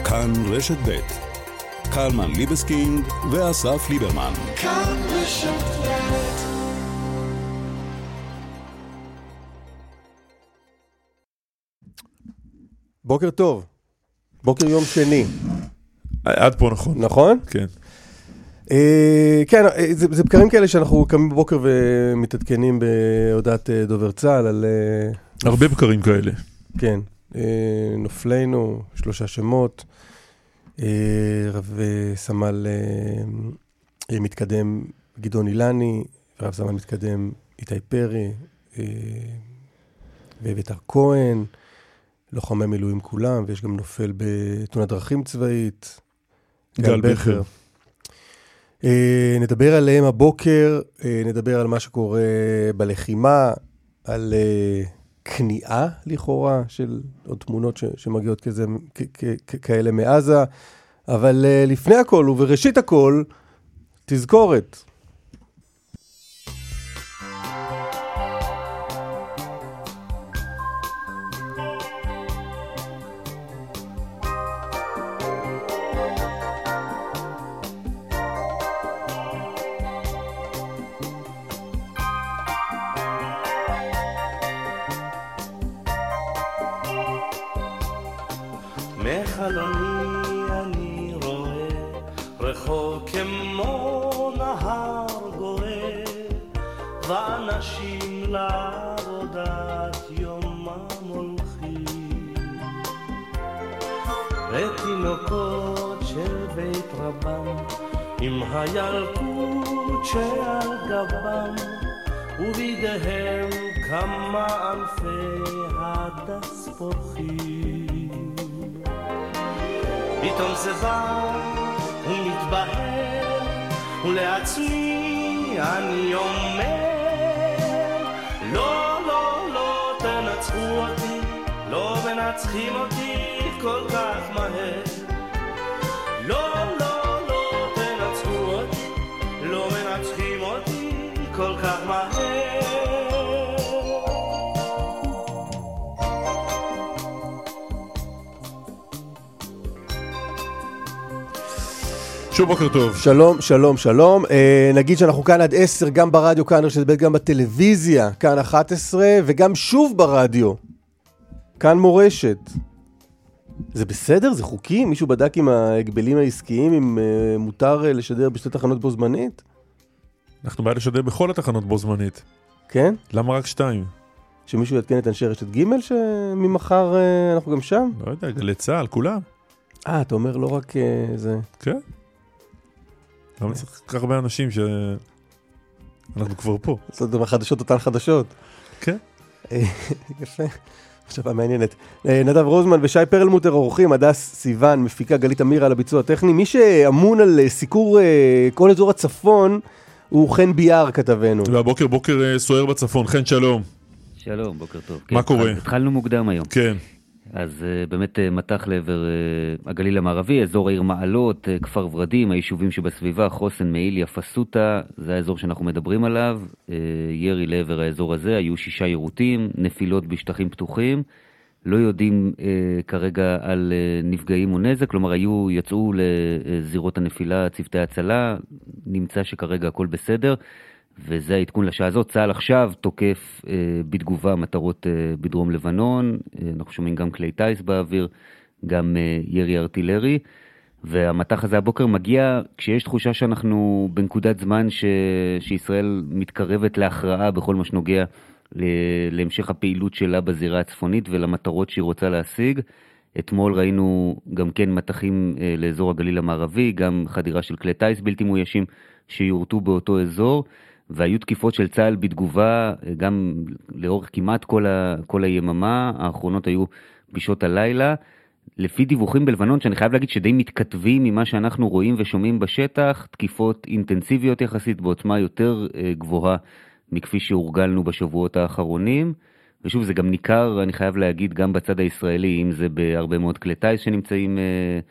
כאן רשת ב' קלמן ליבסקינד ואסף ליברמן. כאן רשת ב'. בוקר טוב, בוקר יום שני. עד פה נכון. נכון? כן. כן, זה בקרים כאלה שאנחנו קמים בבוקר ומתעדכנים בהודעת דובר צה"ל על... הרבה בקרים כאלה. כן, נופלינו, 3 שמות, רב סמל מתקדם גדעון אילני, רב סמל מתקדם איתי פרי, ואביתר כהן, לוחמי מילואים כולם, ויש גם נופל בתאונת דרכים צבאית, גל בכר. נדבר עליהם הבוקר, נדבר על מה שקורה בלחימה, על כניעה לכאורה של עוד תמונות שמגיעות כאלה מעזה, אבל לפני הכל ובראשית הכל, תזכורת. מחלוני אני רואה רחוק כמו נהר גואה ואנשים לעבודת יומם הולכים ותינוקות של בית רבם עם הילקוט שעל גבם ובידיהם כמה אלפי הדס פורחים. פתאום זה בא ומתבהר ולעצמי אני אומר לא, לא, לא תנצחו אותי, לא מנצחים אותי כל כך מהר. לא, לא, לא תנצחו אותי, לא מנצחים אותי כל כך מהר. שוב בוקר טוב. שלום, שלום, שלום. נגיד שאנחנו כאן עד 10, גם ברדיו, כאן רשת ב', גם בטלוויזיה, כאן 11, וגם שוב ברדיו, כאן מורשת. זה בסדר? זה חוקי? מישהו בדק עם ההגבלים העסקיים אם מותר לשדר בשתי תחנות בו זמנית? אנחנו בעד לשדר בכל התחנות בו זמנית. כן? למה רק 2? שמישהו יתקן את אנשי רשת ג' שממחר אנחנו גם שם? לא יודע, גלי צהל, כולם. אתה אומר לא רק זה. כן. למה צריך כל כך הרבה אנשים שאנחנו כבר פה? זאת אומרת, חדשות אותן חדשות. כן. יפה. עכשיו המעניינת. נדב רוזמן ושי פרלמוטר אורחים, הדס סיוון, מפיקה גלית אמירה על הביצוע הטכני. מי שאמון על סיקור כל אזור הצפון הוא חן ביאר כתבנו. והבוקר בוקר סוער בצפון. חן שלום. שלום, בוקר טוב. מה קורה? התחלנו מוקדם היום. כן. אז באמת מתח לעבר הגליל המערבי, אזור העיר מעלות, כפר ורדים, היישובים שבסביבה, חוסן, מעיליה, פסוטה, זה האזור שאנחנו מדברים עליו. ירי לעבר האזור הזה, היו 6 יירוטים, נפילות בשטחים פתוחים, לא יודעים כרגע על נפגעים או נזק, כלומר יצאו לזירות הנפילה, צוותי הצלה, נמצא שכרגע הכל בסדר. וזה העדכון לשעה הזאת. צה"ל עכשיו תוקף בתגובה מטרות בדרום לבנון, אנחנו שומעים גם כלי טייס באוויר, גם ירי ארטילרי, והמתח הזה הבוקר מגיע כשיש תחושה שאנחנו בנקודת זמן שישראל מתקרבת להכרעה בכל מה שנוגע להמשך הפעילות שלה בזירה הצפונית ולמטרות שהיא רוצה להשיג. אתמול ראינו גם כן מתחים לאזור הגליל המערבי, גם חדירה של כלי טייס בלתי מאוישים שיורטו באותו אזור, והיו תקיפות של צה"ל בתגובה גם לאורך כמעט כל היממה, האחרונות היו בשעות הלילה. לפי דיווחים בלבנון, שאני חייב להגיד שדי מתכתבים ממה שאנחנו רואים ושומעים בשטח, תקיפות אינטנסיביות יחסית בעוצמה יותר גבוהה מכפי שהורגלנו בשבועות האחרונים, ושוב זה גם ניכר, אני חייב להגיד, גם בצד הישראלי, אם זה בהרבה מאוד כלי טייס שנמצאים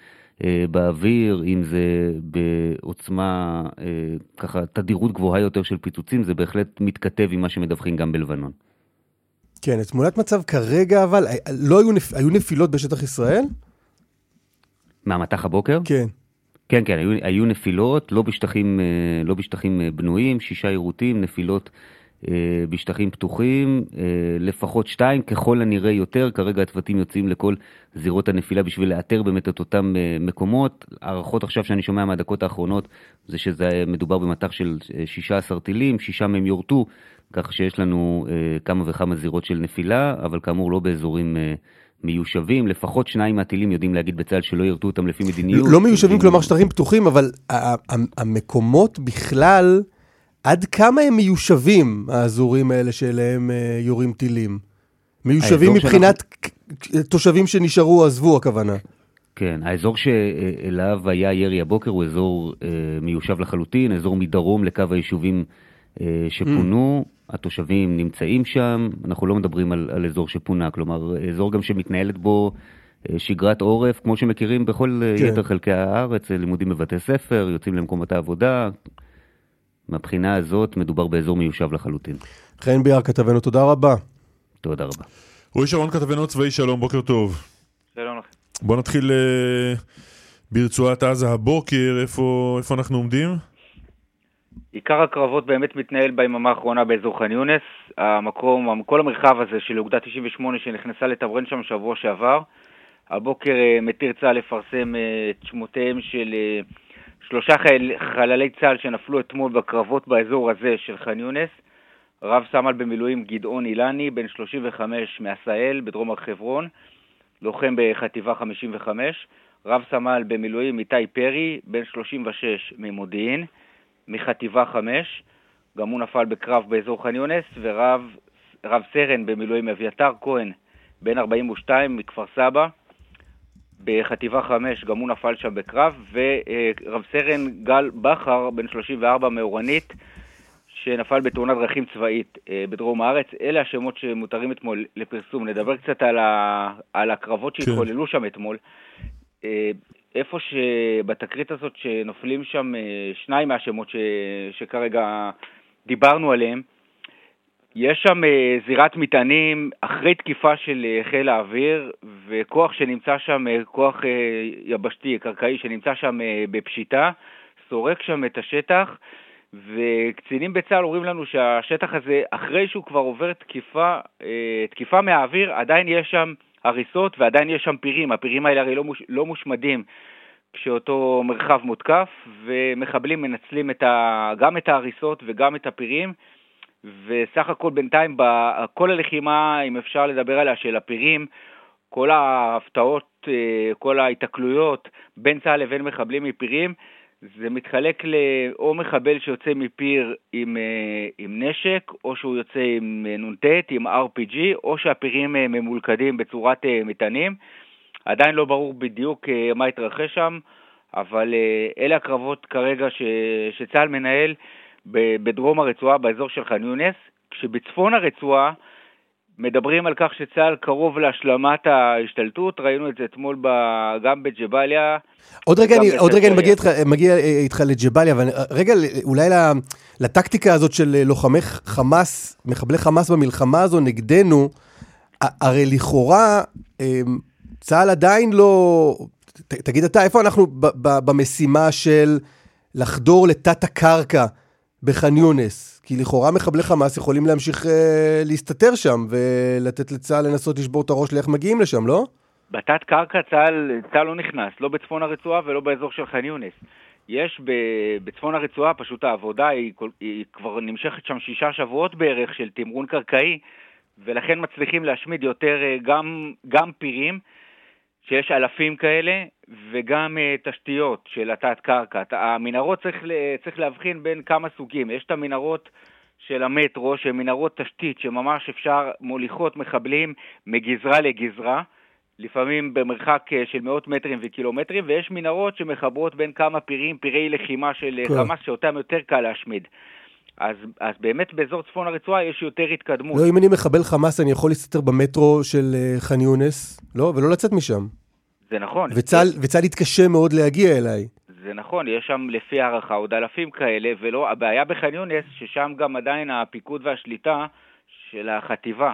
באוויר, אם זה בעוצמה, ככה, תדירות גבוהה יותר של פיצוצים, זה בהחלט מתכתב עם מה שמדווחים גם בלבנון. כן, את תמונת מצב כרגע, אבל היו נפילות בשטח ישראל? מהמתח הבוקר? כן. כן, כן, היו נפילות, לא בשטחים בנויים, 6 יירוטים, נפילות בשטחים פתוחים, לפחות 2, ככל הנראה יותר. כרגע הצוותים יוצאים לכל זירות הנפילה בשביל לאתר באמת את אותם מקומות. הערכות עכשיו שאני שומע מהדקות האחרונות, זה שזה מדובר במתח של 16 טילים, 6 מהם יורטו, כך שיש לנו כמה וכמה זירות של נפילה, אבל כאמור לא באזורים מיושבים. לפחות 2 מהטילים יודעים להגיד בצה"ל שלא ירתו אותם לפי מדיניות. לא מיושבים, כלומר שטחים פתוחים, אבל המקומות בכלל, עד כמה הם מיושבים, האזורים האלה שאליהם יורים טילים? מיושבים מבחינת תושבים שנשארו, עזבו הכוונה. כן, האזור שאליו היה ירי הבוקר הוא אזור מיושב לחלוטין, אזור מדרום לקו היישובים שפונו, התושבים נמצאים שם, אנחנו לא מדברים על אזור שפונה, כלומר, אזור גם שמתנהלת בו שגרת עורף, כמו שמכירים בכל יתר חלקי הארץ, לימודים בבתי ספר, יוצאים למקומות העבודה. מהבחינה הזאת מדובר באזור מיושב לחלוטין. חן ביאר, כתבנו, תודה רבה. תודה רבה. רועי שרון, כתבנו צבאי, שלום, בוקר טוב. שלום לכם. בוא נתחיל ברצועת עזה הבוקר, איפה אנחנו עומדים? עיקר הקרבות באמת מתנהל ביממה האחרונה באזור ח'אן יונס, כל המרחב הזה של אוגדה 98 שנכנסה לתמרן שם שבוע שעבר. הבוקר מתיר צה"ל לפרסם את שמותיהם של 3 חללי צה"ל שנפלו אתמול בקרבות באזור הזה של ח'אן יונס. רב סמל במילואים גדעון אילני, בן 35 מהסהל בדרום הר חברון, לוחם בחטיבה 55. רב סמל במילואים איתי פרי, בן 36 ממודיעין, מחטיבה 5, גם הוא נפל בקרב באזור ח'אן יונס. ורב סרן במילואים אביתר כהן, בן 42 מכפר סבא, בחטיבה 5, גם הוא נפל שם בקרב. ורב סרן גל בחר, בן 34 מאורנית, שנפל בתאונת דרכים צבאית בדרום הארץ. אלה השמות שמותרים אתמול לפרסום. נדבר קצת על הקרבות שהתחוללו שם אתמול. איפה שבתקרית הזאת שנופלים שם 2 מהשמות שכרגע דיברנו עליהם, יש שם זירת מטענים אחרי תקיפה של חיל האוויר, וכוח שנמצא שם, כוח יבשתי, קרקעי, שנמצא שם בפשיטה, סורק שם את השטח, וקצינים בצה"ל אומרים לנו שהשטח הזה, אחרי שהוא כבר עובר תקיפה מהאוויר, עדיין יש שם הריסות ועדיין יש שם פירים. הפירים האלה הרי לא מושמדים כשאותו מרחב מותקף, ומחבלים מנצלים גם את ההריסות וגם את הפירים. וסך הכל בינתיים כל הלחימה, אם אפשר לדבר עליה, של הפירים, כל ההפתעות, כל ההתקלויות בין צה"ל לבין מחבלים מפירים, זה מתחלק או מחבל שיוצא מפיר עם נשק, או שהוא יוצא עם נונטט, עם RPG, או שהפירים ממולכדים בצורת מטענים. עדיין לא ברור בדיוק מה יתרחש שם, אבל אלה הקרבות כרגע שצה"ל מנהל בדרום הרצועה, באזור של ח'אן יונס, כשבצפון הרצועה מדברים על כך שצה"ל קרוב להשלמת ההשתלטות. ראינו את זה אתמול גם בג'באליה. עוד רגע אני מגיע איתך לג'באליה, אבל רגע אולי לטקטיקה הזאת של לוחמי חמאס, מחבלי חמאס במלחמה הזו נגדנו. הרי לכאורה צה"ל עדיין לא, תגיד אתה, איפה אנחנו במשימה של לחדור לתת הקרקע בח'אן יונס? כי לכאורה מחבלי חמאס יכולים להמשיך להסתתר שם, ולתת לצה"ל לנסות לשבור את הראש לאיך מגיעים לשם, לא? בתת קרקע צה"ל לא נכנס, לא בצפון הרצועה ולא באזור של ח'אן יונס. יש בצפון הרצועה, פשוט העבודה היא כבר נמשכת שם 6 שבועות בערך של תמרון קרקעי, ולכן מצליחים להשמיד יותר גם פירים, שיש אלפים כאלה, וגם תשתיות של התת קרקע. המנהרות צריך להבחין בין כמה סוגים. יש את המנהרות של המטרו, שהן מנהרות תשתית, שממש אפשר מוליכות מחבלים מגזרה לגזרה, לפעמים במרחק של מאות מטרים וקילומטרים, ויש מנהרות שמחברות בין כמה פירי לחימה של חמאס, שאותם יותר קל להשמיד. אז באמת באזור צפון הרצועה יש יותר התקדמות. לא, אם אני מחבל חמאס, אני יכול להסתתר במטרו של ח'אן יונס, לא? ולא לצאת משם. זה נכון. וצה"ל יתקשה מאוד להגיע אליי. זה נכון, יש שם לפי הערכה עוד אלפים כאלה, ולא, הבעיה בח'אן יונס, ששם גם עדיין הפיקוד והשליטה של החטיבה,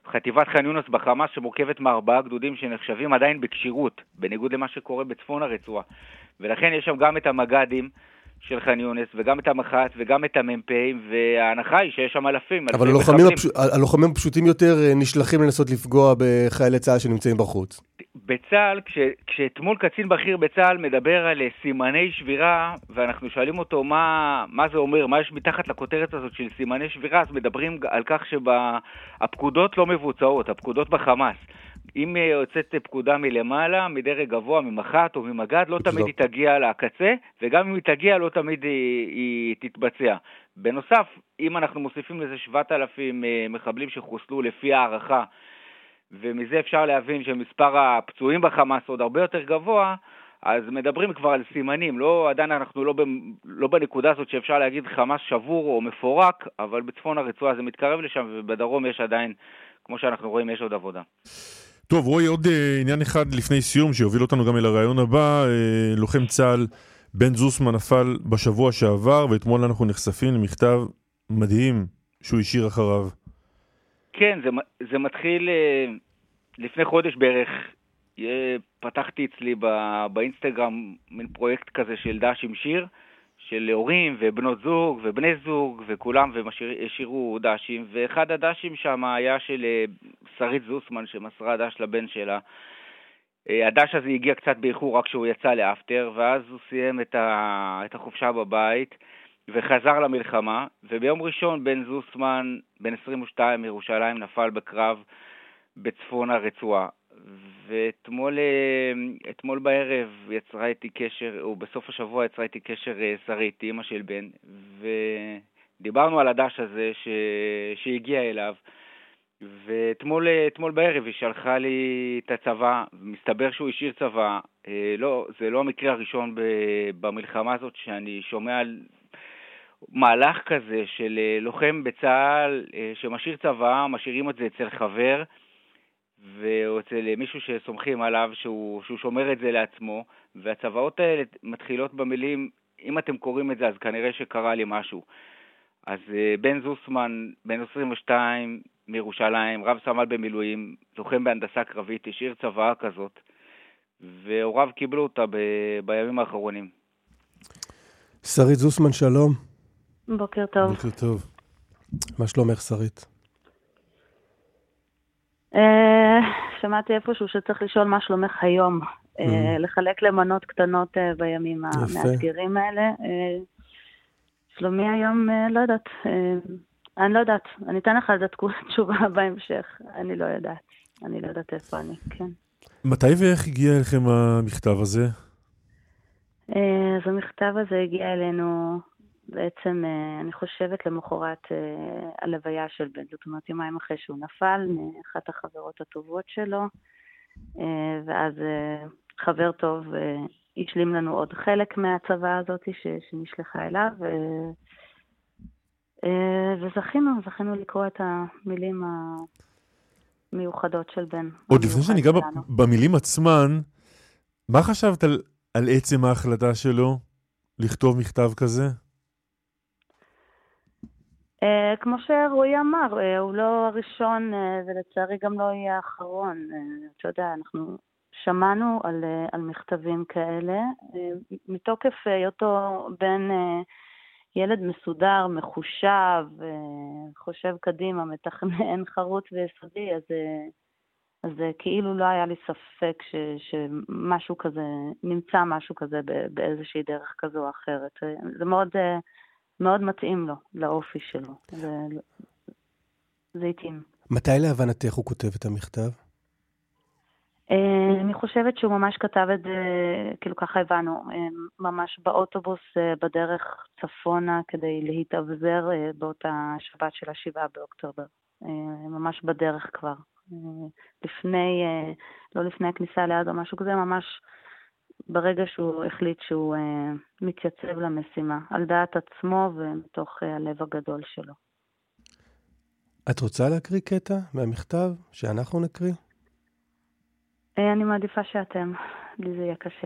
חטיבת ח'אן יונס בחמאס שמורכבת מ4 גדודים שנחשבים עדיין בקשירות, בניגוד למה שקורה בצפון הרצועה. ולכן יש שם גם את המג"דים של ח'אן יונס, וגם את המח"ט, וגם את המ"פים, וההנחה היא שיש שם אלפים. אבל הלוחמים הפשוטים יותר נשלחים לנסות לפגוע בחיילי צה"ל שנמצאים בחוץ. בצה"ל, כשאתמול קצין בכיר בצה"ל מדבר על סימני שבירה, ואנחנו שואלים אותו מה זה אומר, מה יש מתחת לכותרת הזאת של סימני שבירה, אז מדברים על כך שהפקודות לא מבוצעות, הפקודות בחמאס. אם יוצאת פקודה מלמעלה, מדרג גבוה, ממח"ט או ממג"ד, לא תמיד היא תגיע לקצה, וגם אם היא תגיע, לא תמיד היא תתבצע. בנוסף, אם אנחנו מוסיפים לזה 7,000 מחבלים שחוסלו לפי הערכה, ומזה אפשר להבין שמספר הפצועים בחמאס עוד הרבה יותר גבוה, אז מדברים כבר על סימנים, עדיין אנחנו לא בנקודה הזאת שאפשר להגיד חמאס שבור או מפורק, אבל בצפון הרצועה זה מתקרב לשם, ובדרום יש עדיין, כמו שאנחנו רואים, יש עוד עבודה. טוב, רואי, עוד עניין אחד לפני סיום, שיוביל אותנו גם אל הרעיון הבא. לוחם צה"ל בן זוסמן נפל בשבוע שעבר, ואתמול אנחנו נחשפים למכתב מדהים שהוא השאיר אחריו. כן, זה מתחיל לפני חודש בערך. פתחתי אצלי באינסטגרם מין פרויקט כזה של דש עם שיר, של הורים ובנות זוג ובני זוג וכולם, והשאירו דשים, ואחד הדשים שם היה של שרית זוסמן שמסרה דש לבן שלה. הדש הזה הגיע קצת באיחור רק כשהוא יצא לאפטר, ואז הוא סיים את החופשה בבית וחזר למלחמה, וביום ראשון בן זוסמן, בן 22 מירושלים, נפל בקרב בצפון הרצועה. ואתמול בערב יצרה איתי קשר, או בסוף השבוע יצרה איתי קשר שרית, אמא של בן, ודיברנו על הדש הזה שהגיע אליו, ואתמול בערב היא שלחה לי את הצבא, מסתבר שהוא השאיר צבא. זה לא המקרה הראשון במלחמה הזאת שאני שומע על מהלך כזה של לוחם בצה"ל שמשאיר צבא, משאירים את זה אצל חבר, ואצל מישהו שסומכים עליו שהוא שומר את זה לעצמו, והצבאות האלה מתחילות במילים, אם אתם קוראים את זה אז כנראה שקרה לי משהו. אז בן זוסמן, בן 22 מירושלים, רב סמל במילואים, לוחם בהנדסה קרבית, השאיר צבאה כזאת, והוריו קיבלו אותה בימים האחרונים. שרית זוסמן, שלום. בוקר טוב. בוקר טוב. מה שלומך, שרית? שמעתי איפשהו שצריך לשאול מה שלומך היום, לחלק למנות קטנות בימים המאתגרים האלה. שלומי היום, לא יודעת, אני לא יודעת, אני אתן לך על זה תשובה בהמשך, אני לא יודעת איפה אני, כן. מתי ואיך הגיע אליכם המכתב הזה? אז המכתב הזה הגיע אלינו בעצם, אני חושבת, למחרת הלוויה של בן. זאת אומרת, יומיים אחרי שהוא נפל, מאחת החברות הטובות שלו, ואז חבר טוב השלים לנו עוד חלק מהצבא הזאת שנשלחה אליו, וזכינו לקרוא את המילים המיוחדות של בן. עוד לפני שניגע במילים עצמן, מה חשבת על עצם ההחלטה שלו לכתוב מכתב כזה? כמו שרועי אמר, הוא לא הראשון ולצערי גם לא יהיה האחרון. אתה יודע, אנחנו שמענו על מכתבים כאלה, מתוקף היותו בין ילד מסודר, מחושב, חושב קדימה, מתכנן, חרוץ ויסודי, אז כאילו לא היה לי ספק שמשהו כזה, נמצא משהו כזה באיזושהי דרך כזו או אחרת. זה מאוד מתאים לו, לאופי שלו. זה התאים. מתי להבנתך הוא כותב את המכתב? אני חושבת שהוא ממש כתב את זה, כאילו ככה הבנו, ממש באוטובוס בדרך צפונה כדי להתאבזר באותה שבת של 7 באוקטובר. ממש בדרך כבר. לא לפני הכניסה ליד או משהו כזה, ממש ברגע שהוא החליט שהוא מתייצב למשימה, על דעת עצמו ומתוך הלב הגדול שלו. את רוצה להקריא קטע מהמכתב שאנחנו נקריא? אני מעדיפה שאתם, לי זה יהיה קשה.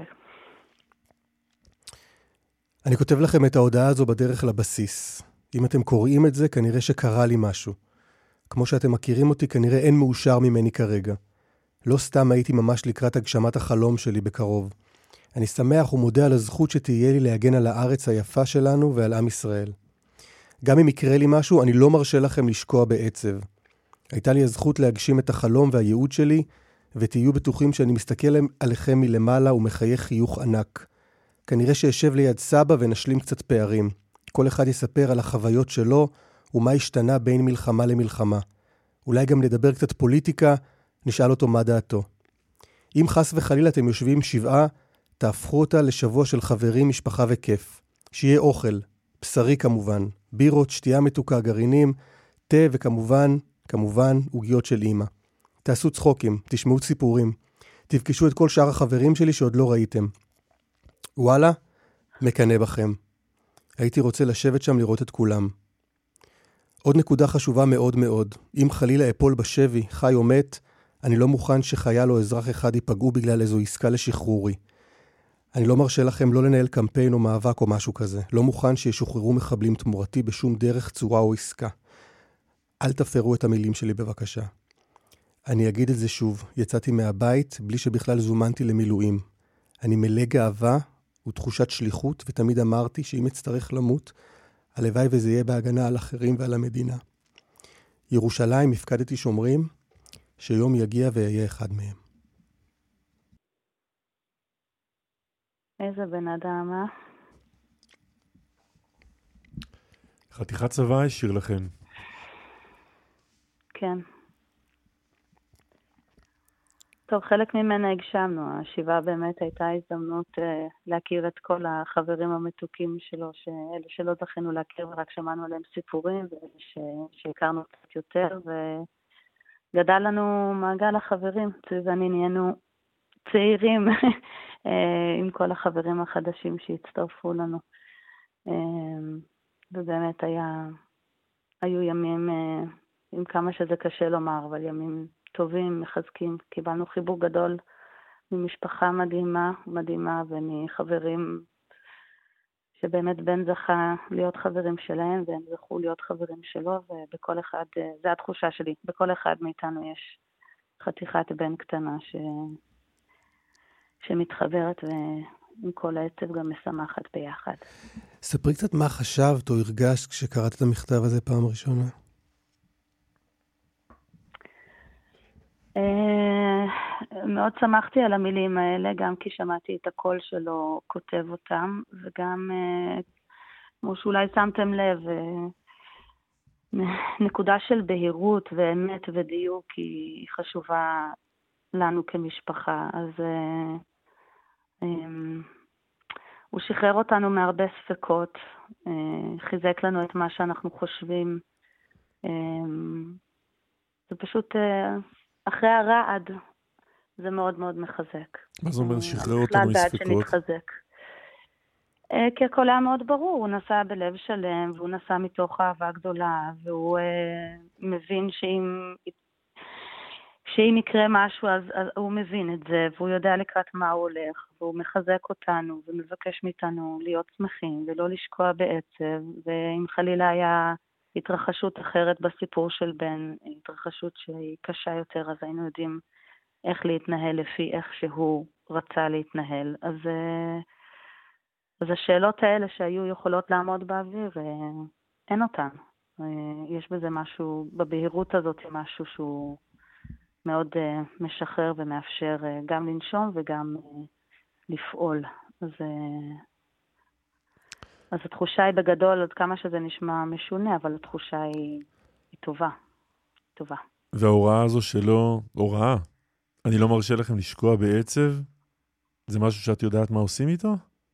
אני כותב לכם את ההודעה הזו בדרך לבסיס. אם אתם קוראים את זה, כנראה שקרה לי משהו. כמו שאתם מכירים אותי, כנראה אין מאושר ממני כרגע. לא סתם הייתי ממש לקראת הגשמת החלום שלי בקרוב. אני שמח ומודה על הזכות שתהיה לי להגן על הארץ היפה שלנו ועל עם ישראל. גם אם יקרה לי משהו, אני לא מרשה לכם לשקוע בעצב. הייתה לי הזכות להגשים את החלום והייעוד שלי, ותהיו בטוחים שאני מסתכל עליכם מלמעלה ומחייך חיוך ענק. כנראה שאשב ליד סבא ונשלים קצת פערים. כל אחד יספר על החוויות שלו ומה השתנה בין מלחמה למלחמה. אולי גם נדבר קצת פוליטיקה, נשאל אותו מה דעתו. אם חס וחלילה אתם יושבים שבעה, תהפכו אותה לשבוע של חברים, משפחה וכיף. שיהיה אוכל, בשרי כמובן, בירות, שתייה מתוקה, גרעינים, תה וכמובן, עוגיות של אמא. תעשו צחוקים, תשמעו סיפורים, תפגשו את כל שאר החברים שלי שעוד לא ראיתם. וואלה, מקנה בכם. הייתי רוצה לשבת שם לראות את כולם. עוד נקודה חשובה מאוד מאוד, אם חלילה אפול בשבי, חי או מת, אני לא מוכן שחייל או אזרח אחד ייפגעו בגלל איזו עסקה לשחרורי. אני לא מרשה לכם לא לנהל קמפיין או מאבק או משהו כזה. לא מוכן שישוחררו מחבלים תמורתי בשום דרך, צורה או עסקה. אל תפרו את המילים שלי בבקשה. אני אגיד את זה שוב, יצאתי מהבית בלי שבכלל זומנתי למילואים. אני מלא גאווה ותחושת שליחות, ותמיד אמרתי שאם אצטרך למות, הלוואי וזה יהיה בהגנה על אחרים ועל המדינה. ירושלים, הפקדתי שומרים, שיום יגיע ויהיה אחד מהם. איזה בן אדם, אה? חתיכת צבא השאיר לכם. כן. טוב, חלק ממנה הגשמנו. השבעה באמת הייתה הזדמנות להכיר את כל החברים המתוקים שלו, אלה שלא זכינו להכיר ורק שמענו עליהם סיפורים, ואלה שהכרנו קצת יותר, וגדל לנו מעגל החברים. ואני נהיינו צעירים עם כל החברים החדשים שהצטרפו לנו. ובאמת היו ימים, עם כמה שזה קשה לומר, אבל ימים טובים, מחזקים. קיבלנו חיבוק גדול ממשפחה מדהימה, ומחברים שבאמת בן זכה להיות חברים שלהם, והם זכו להיות חברים שלו, ובכל אחד, זה התחושה שלי, בכל אחד מאיתנו יש חתיכת בן קטנה שמתחברת, ועם כל העצב גם משמחת ביחד. ספרי קצת מה חשבת או הרגשת כשקראת את המכתב הזה פעם ראשונה. מאוד שמחתי על המילים האלה, גם כי שמעתי את הקול שלו כותב אותם, וגם כמו שאולי שמתם לב, נקודה של בהירות ואמת ודיוק היא חשובה לנו כמשפחה. אז הוא שחרר אותנו מהרבה ספקות, חיזק לנו את מה שאנחנו חושבים. זה פשוט אחרי הרעד, זה מאוד מאוד מחזק. מה זה אומר שחרר אותנו מספקות? כי הכל היה מאוד ברור, הוא נסע בלב שלם, והוא נסע מתוך אהבה גדולה, והוא מבין שאם יקרה משהו, אז הוא מבין את זה, והוא יודע לקראת מה הוא הולך, והוא מחזק אותנו, ומבקש מאיתנו להיות שמחים, ולא לשקוע בעצב, ואם חלילה היה התרחשות אחרת בסיפור של בן, התרחשות שהיא קשה יותר, אז היינו יודעים איך להתנהל לפי איך שהוא רצה להתנהל. אז השאלות האלה שהיו יכולות לעמוד באוויר, אין אותן. יש בזה משהו, בבהירות הזאת, משהו שהוא מאוד משחרר ומאפשר גם לנשום וגם לפעול. אז התחושה היא בגדול, עד כמה שזה נשמע משונה, אבל התחושה היא טובה. טובה. וההוראה הזו שלו, הוראה, אני לא מרשה לכם לשקוע בעצב, זה משהו שאת יודעת מה עושים איתו?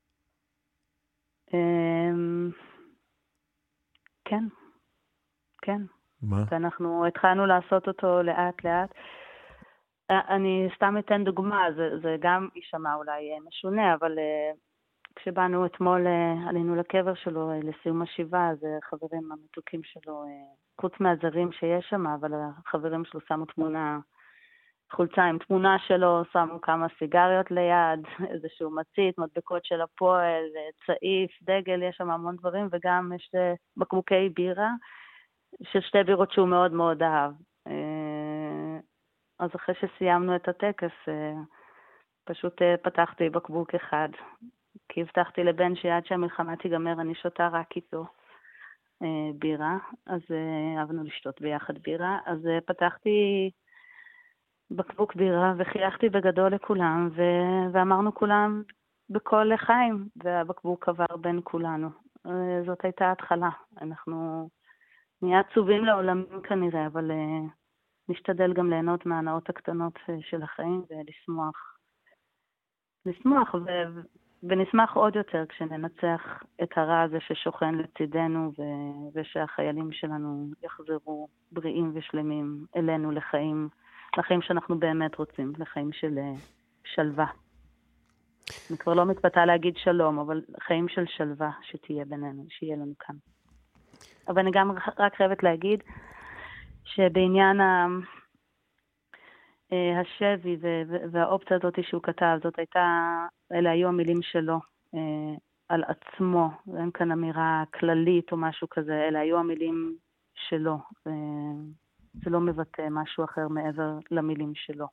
כן. כן. מה? ואנחנו התחלנו לעשות אותו לאט לאט. אני סתם אתן דוגמה, זה גם יישמע אולי משונה, אבל כשבאנו אתמול, עלינו לקבר שלו לסיום השבעה, אז חברים המתוקים שלו, חוץ מהזרים שיש שם, אבל החברים שלו שמו חולצה עם תמונה שלו, שמו כמה סיגריות ליד, איזשהו מצית, מדבקות של הפועל, צעיף, דגל, יש שם המון דברים, וגם יש בקבוקי בירה. של 2 בירות שהוא מאוד מאוד אהב. אז אחרי שסיימנו את הטקס, פשוט פתחתי בקבוק אחד, כי הבטחתי לבן שעד שהמלחמה תיגמר אני שותה רק איתו בירה, אז אהבנו לשתות ביחד בירה, אז פתחתי בקבוק בירה וחייכתי בגדול לכולם, ואמרנו כולם בכל לחיים, והבקבוק עבר בין כולנו. זאת הייתה התחלה. אנחנו נהיה עצובים לעולמים כנראה, אבל נשתדל גם ליהנות מהנאות הקטנות של החיים ולשמוח, ונשמח עוד יותר כשננצח את הרע הזה ששוכן לצידנו, ושהחיילים שלנו יחזרו בריאים ושלמים אלינו לחיים שאנחנו באמת רוצים, לחיים של שלווה. אני כבר לא מתפתה להגיד שלום, אבל חיים של שלווה שתהיה בינינו, שיהיה לנו כאן. אבל אני גם רק חייבת להגיד שבעניין השבי והאופציה הזאת שהוא כתב, אלה היו המילים שלו על עצמו, אין כאן אמירה כללית או משהו כזה, אלה היו המילים שלו, זה לא מבטא משהו אחר מעבר למילים שלו.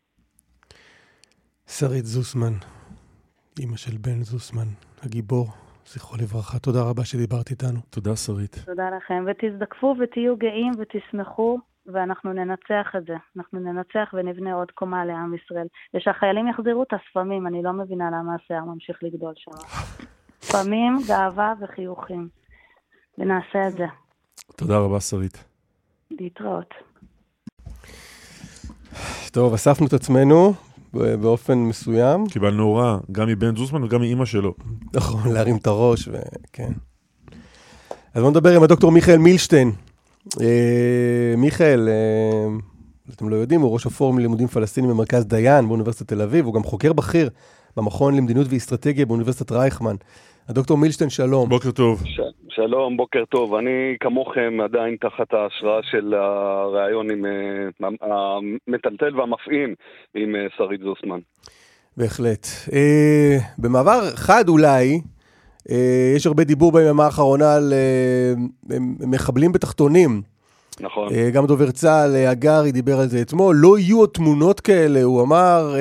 שרית זוסמן, אמא של בן זוסמן, הגיבור, זכרו לברכה. תודה רבה שדיברת איתנו. תודה שרית. תודה לכם, ותזדקפו ותהיו גאים ותשמחו, ואנחנו ננצח את זה. אנחנו ננצח ונבנה עוד קומה לעם ישראל. ושהחיילים יחזירו את הספמים, אני לא מבינה למה השיער ממשיך לגדול שם. ספמים, גאווה וחיוכים. ונעשה את זה. תודה רבה שרית. להתראות. טוב, אספנו את עצמנו באופן מסוים. קיבלנו הוראה, גם מבן זוסמן וגם מאמא שלו. נכון, להרים את הראש, וכן. אז בואו נדבר עם הדוקטור מיכאל מילשטיין. מיכאל, אתם לא יודעים, הוא ראש הפורום ללימודים פלסטינים במרכז דיין באוניברסיטת תל אביב, הוא גם חוקר בכיר במכון למדיניות ואסטרטגיה באוניברסיטת רייכמן. הדוקטור מילשטיין, שלום. בוקר טוב. שלום, בוקר טוב. אני כמוכם עדיין תחת ההשראה של הרעיון עם המטלטל והמפעים עם שרית זוסמן. בהחלט. במעבר חד אולי, יש הרבה דיבור ביממה האחרונה על מחבלים בתחתונים. נכון. גם דובר צה"ל, הגרי, דיבר על זה אתמול. לא יהיו עוד תמונות כאלה, הוא אמר,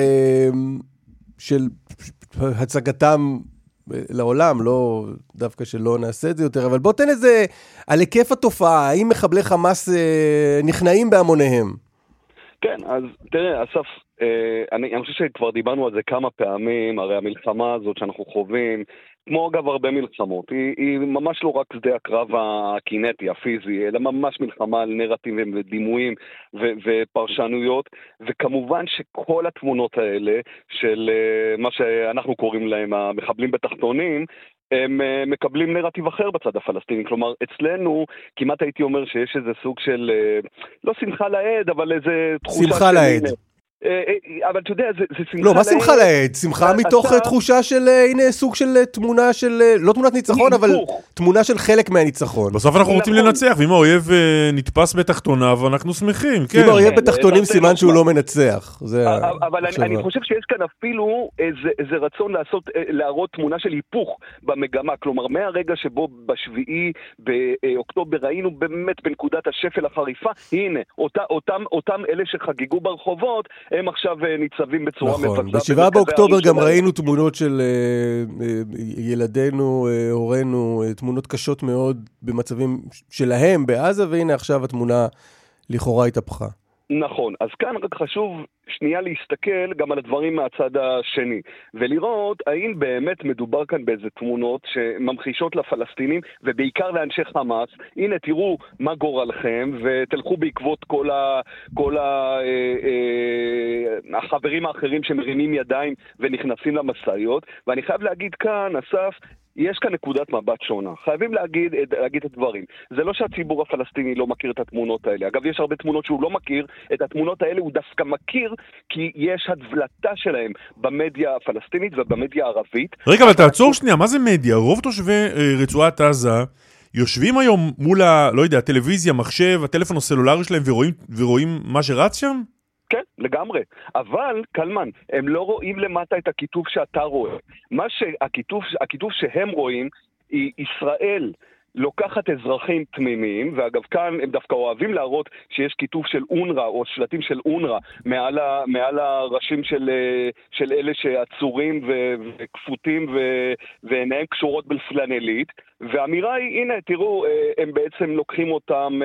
של הצגתם לעולם, לא דווקא שלא נעשה את זה יותר, אבל בוא תן איזה על היקף התופעה, האם מחבלי חמאס נכנעים בהמוניהם? כן, אז תראה, אסף, אני חושב שכבר דיברנו על זה כמה פעמים, הרי המלחמה הזאת שאנחנו חווים, כמו אגב הרבה מלחמות, היא ממש לא רק שדה הקרב הקינטי, הפיזי, אלא ממש מלחמה על נרטיבים ודימויים ופרשנויות, וכמובן שכל התמונות האלה של מה שאנחנו קוראים להם המחבלים בתחתונים, הם מקבלים נרטיב אחר בצד הפלסטיני. כלומר, אצלנו כמעט הייתי אומר שיש איזה סוג של, לא שמחה לעד, אבל איזה תחושה שמחה לעד. אבל אתה יודע, זה שמחה לא, מה שמחה לעד? שמחה מתוך תחושה של, הנה, סוג של תמונה של, לא תמונת ניצחון, אבל תמונה של חלק מהניצחון. בסוף אנחנו רוצים לנצח, ואם האויב נתפס בתחתוניו, אנחנו שמחים, כן. אם האויב בתחתונים סימן שהוא לא מנצח. אבל אני חושב שיש כאן אפילו איזה רצון להראות תמונה של היפוך במגמה, כלומר, מהרגע שבו בשביעי באוקטובר ראינו באמת בנקודת השפל החריפה, הנה, אותם אלה שחגיגו ברחובות, הם עכשיו ניצבים בצורה מבזה. נכון, ב7 באוקטובר גם ראינו תמונות של ילדינו, הורינו, תמונות קשות מאוד במצבים שלהם בעזה, והנה עכשיו התמונה לכאורה התהפכה. נכון, אז כאן רק חשוב שנייה להסתכל גם על הדברים מהצד השני, ולראות האם באמת מדובר כאן באיזה תמונות שממחישות לפלסטינים, ובעיקר לאנשי חמאס, הנה תראו מה גורלכם, ותלכו בעקבות כל החברים האחרים שמרימים ידיים ונכנסים למשאיות, ואני חייב להגיד כאן, אסף, יש כאן נקודת מבט שונה. חייבים להגיד את הדברים. זה לא שהציבור הפלסטיני לא מכיר את התמונות האלה. אגב, יש הרבה תמונות שהוא לא מכיר. את התמונות האלה הוא דווקא מכיר, כי יש הדבלתה שלהם במדיה הפלסטינית ובמדיה הערבית. רגע, אבל תעצור שנייה, מה זה מדיה? רוב תושבי רצועת עזה יושבים היום מול לא יודע, הטלוויזיה, מחשב, הטלפון הסלולרי שלהם ורואים מה שרץ שם? כן, לגמרי. אבל, קלמן, הם לא רואים למטה את הכיתוב שאתה רואה. הכיתוב שהם רואים היא ישראל לוקחת אזרחים תמימים, ואגב כאן הם דווקא אוהבים להראות שיש כיתוב של אונר"א או שלטים של אונר"א מעל הראשים של אלה שעצורים וכפותים ועיניהם קשורות בפלנלית, והאמירה היא, הנה תראו, הם בעצם לוקחים אותם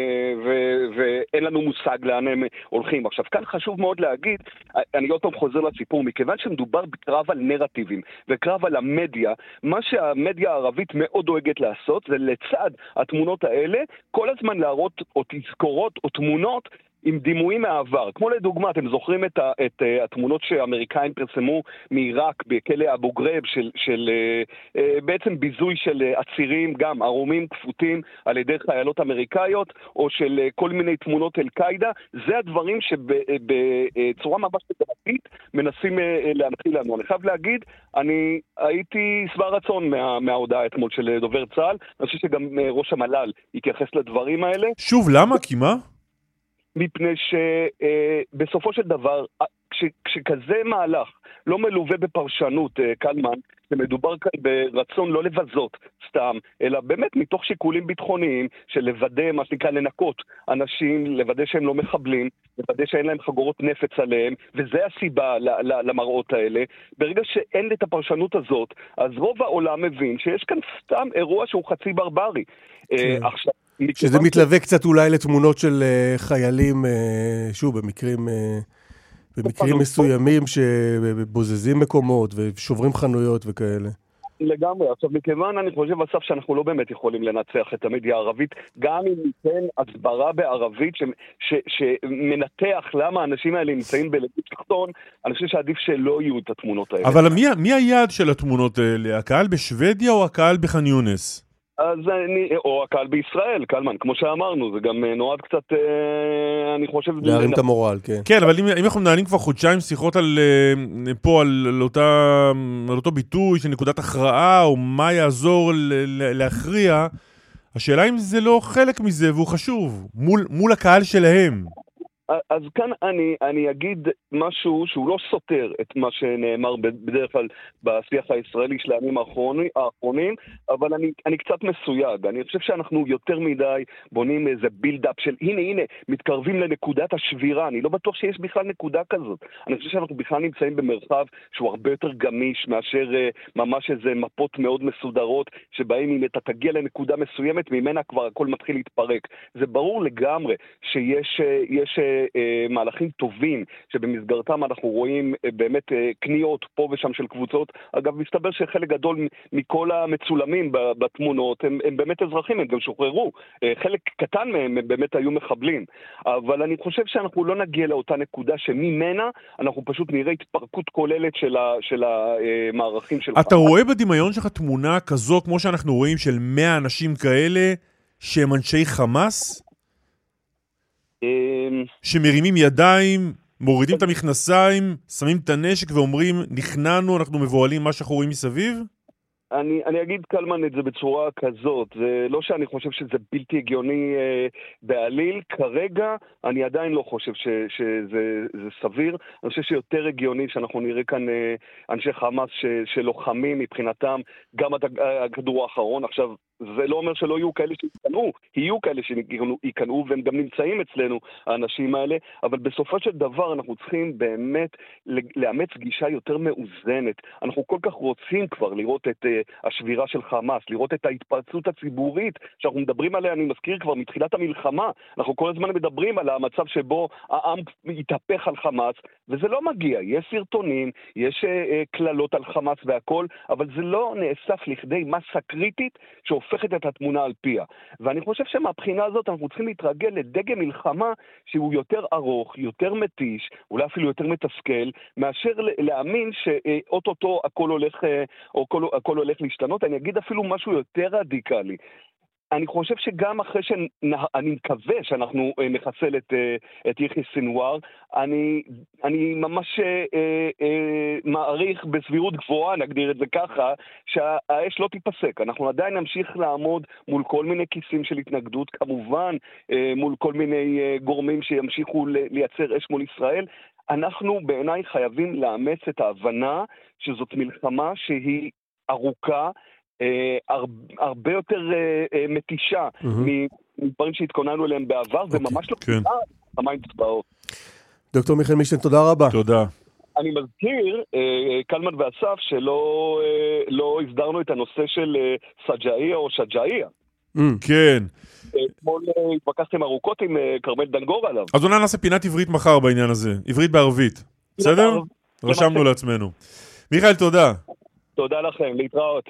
ואין לנו מושג לאן הם הולכים. עכשיו כאן חשוב מאוד להגיד, אני עוד פעם חוזר לסיפור, מכיוון שמדובר בקרב על נרטיבים וקרב על המדיה, מה שהמדיה הערבית מאוד דואגת לעשות זה לצד התמונות האלה כל הזמן להראות או תזכורות או תמונות עם דימויים מהעבר. כמו לדוגמה, אתם זוכרים את התמונות שהאמריקאים פרסמו מעיראק בכלא אבו גרייב של בעצם ביזוי של עצירים, גם ערומים כפותים על ידי חיילות אמריקאיות, או של כל מיני תמונות אל-קאידה. זה הדברים שבצורה ממש תדעתית מנסים להנחיל לנו. אני חייב להגיד, אני הייתי שבע רצון מההודעה אתמול של דובר צה"ל. אני חושב שגם ראש המל"ל יתייחס לדברים האלה. שוב, למה? כי מה? מפני שבסופו של דבר, כשכזה מהלך לא מלווה בפרשנות, קלמן, שמדובר כאן ברצון לא לבזות סתם, אלא באמת מתוך שיקולים ביטחוניים של לוודא, מה שנקרא לנקות אנשים, לוודא שהם לא מחבלים, לוודא שאין להם חגורות נפץ עליהם, וזה הסיבה למראות האלה. ברגע שאין את הפרשנות הזאת, אז רוב העולם מבין שיש כאן סתם אירוע שהוא חצי ברברי. עכשיו, שזה מתלווה קצת אולי לתמונות של חיילים, שוב, במקרים מסוימים שבוזזים מקומות ושוברים חנויות וכאלה. לגמרי. עכשיו, מכיוון אני חושב אסף שאנחנו לא באמת יכולים לנצח את המדיה הערבית, גם אם ניתן הסברה בערבית שמנתח למה האנשים האלה נמצאים בלבוש תחתון, אני חושב שעדיף שלא יהיו את התמונות האלה. אבל מי היעד של התמונות האלה? הקהל בשוודיה או הקהל בח'אן יונס? או הקהל בישראל, קלמן, כמו שאמרנו, זה גם נועד קצת, אני חושב... להרים את המורל, כן. כן, אבל אם אנחנו מנהלים כבר חודשיים שיחות פה על אותו ביטוי של נקודת הכרעה, או מה יעזור להכריע, השאלה אם זה לא חלק מזה, והוא חשוב, מול הקהל שלהם. אז כאן אני אגיד משהו שהוא לא סותר את מה שנאמר בדרך כלל בשיח הישראלי של הימים האחרונים, אבל אני קצת מסויג. אני חושב שאנחנו יותר מדי בונים איזה בילדאפ של הנה, מתקרבים לנקודת השבירה. אני לא בטוח שיש בכלל נקודה כזאת. אני חושב שאנחנו בכלל נמצאים במרחב שהוא הרבה יותר גמיש מאשר ממש איזה מפות מאוד מסודרות, שבהם אם אתה תגיע לנקודה מסוימת, ממנה כבר הכל מתחיל להתפרק. זה ברור לגמרי שיש מהלכים טובים שבמסגרתם אנחנו רואים באמת קניות פה ושם של קבוצות. אגב, מסתבר שחלק גדול מכל המצולמים בתמונות הם באמת אזרחים, הם גם שוחררו. חלק קטן מהם הם באמת היו מחבלים. אבל אני חושב שאנחנו לא נגיע לאותה נקודה שממנה אנחנו פשוט נראה התפרקות כוללת של המערכים שלך. אתה רואה בדמיון שלך תמונה כזו כמו שאנחנו רואים של 100 אנשים כאלה שהם אנשי חמאס? שמרימים ידיים, מורידים את המכנסיים, שמים את הנשק ואומרים, נכנענו, אנחנו מבועלים מה שאנחנו רואים מסביב? אני אגיד קלמן את זה בצורה כזאת, זה לא שאני חושב שזה בלתי הגיוני בעליל, כרגע אני עדיין לא חושב שזה סביר. אני חושב שיותר הגיוני שאנחנו נראה כאן אנשי חמאס שלוחמים מבחינתם גם הכדור האחרון. עכשיו, זה לא אומר שלא יהיו כאלה שיקנאו, יהיו כאלה שיקנאו והם גם נמצאים אצלנו האנשים האלה, אבל בסופו של דבר אנחנו צריכים באמת לאמץ גישה יותר מאוזנת. אנחנו כל כך רוצים כבר לראות את השבירה של חמאס, לראות את ההתפרצות הציבורית שאנחנו מדברים עליה, אני מזכיר כבר מתחילת המלחמה, אנחנו כל הזמן מדברים על המצב שבו העם יתהפך על חמאס, וזה לא מגיע, יש סרטונים, יש כללות על חמאס והכל, אבל זה לא נאסף לכדי מסה קריטית שהופכת את התמונה על פיה. ואני חושב שמהבחינה הזאת אנחנו צריכים להתרגל לדגם מלחמה שהוא יותר ארוך, יותר מתיש, אולי אפילו יותר מתסכל, מאשר להאמין שאוטוטו הכל הולך להשתנות. אני אגיד אפילו משהו יותר רדיקלי. אני חושב שגם אחרי אני מקווה שאנחנו נחסל את יחיא סנוואר, אני ממש מעריך בסבירות גבוהה, נגדיר את זה ככה, שהאש לא תיפסק. אנחנו עדיין נמשיך לעמוד מול כל מיני כיסים של התנגדות, כמובן מול כל מיני גורמים שימשיכו לייצר אש מול ישראל. אנחנו בעיניי חייבים לאמץ את ההבנה שזאת מלחמה שהיא ארוכה, הרבה יותר מתישה מדברים שהתכוננו אליהם בעבר, וממש לא פתיחה המים צבאות. דוקטור מיכאל מישטיין, תודה רבה. תודה. אני מזכיר, קלמן ואסף, שלא הסדרנו את הנושא של סג'איה או שג'איה. כן. אתמול התווכחתם ארוכות עם קרמל דנגור עליו. אז אולי נעשה פינת עברית מחר בעניין הזה. עברית בערבית. בסדר? רשמנו לעצמנו. מיכאל, תודה. תודה לכם, להתראות.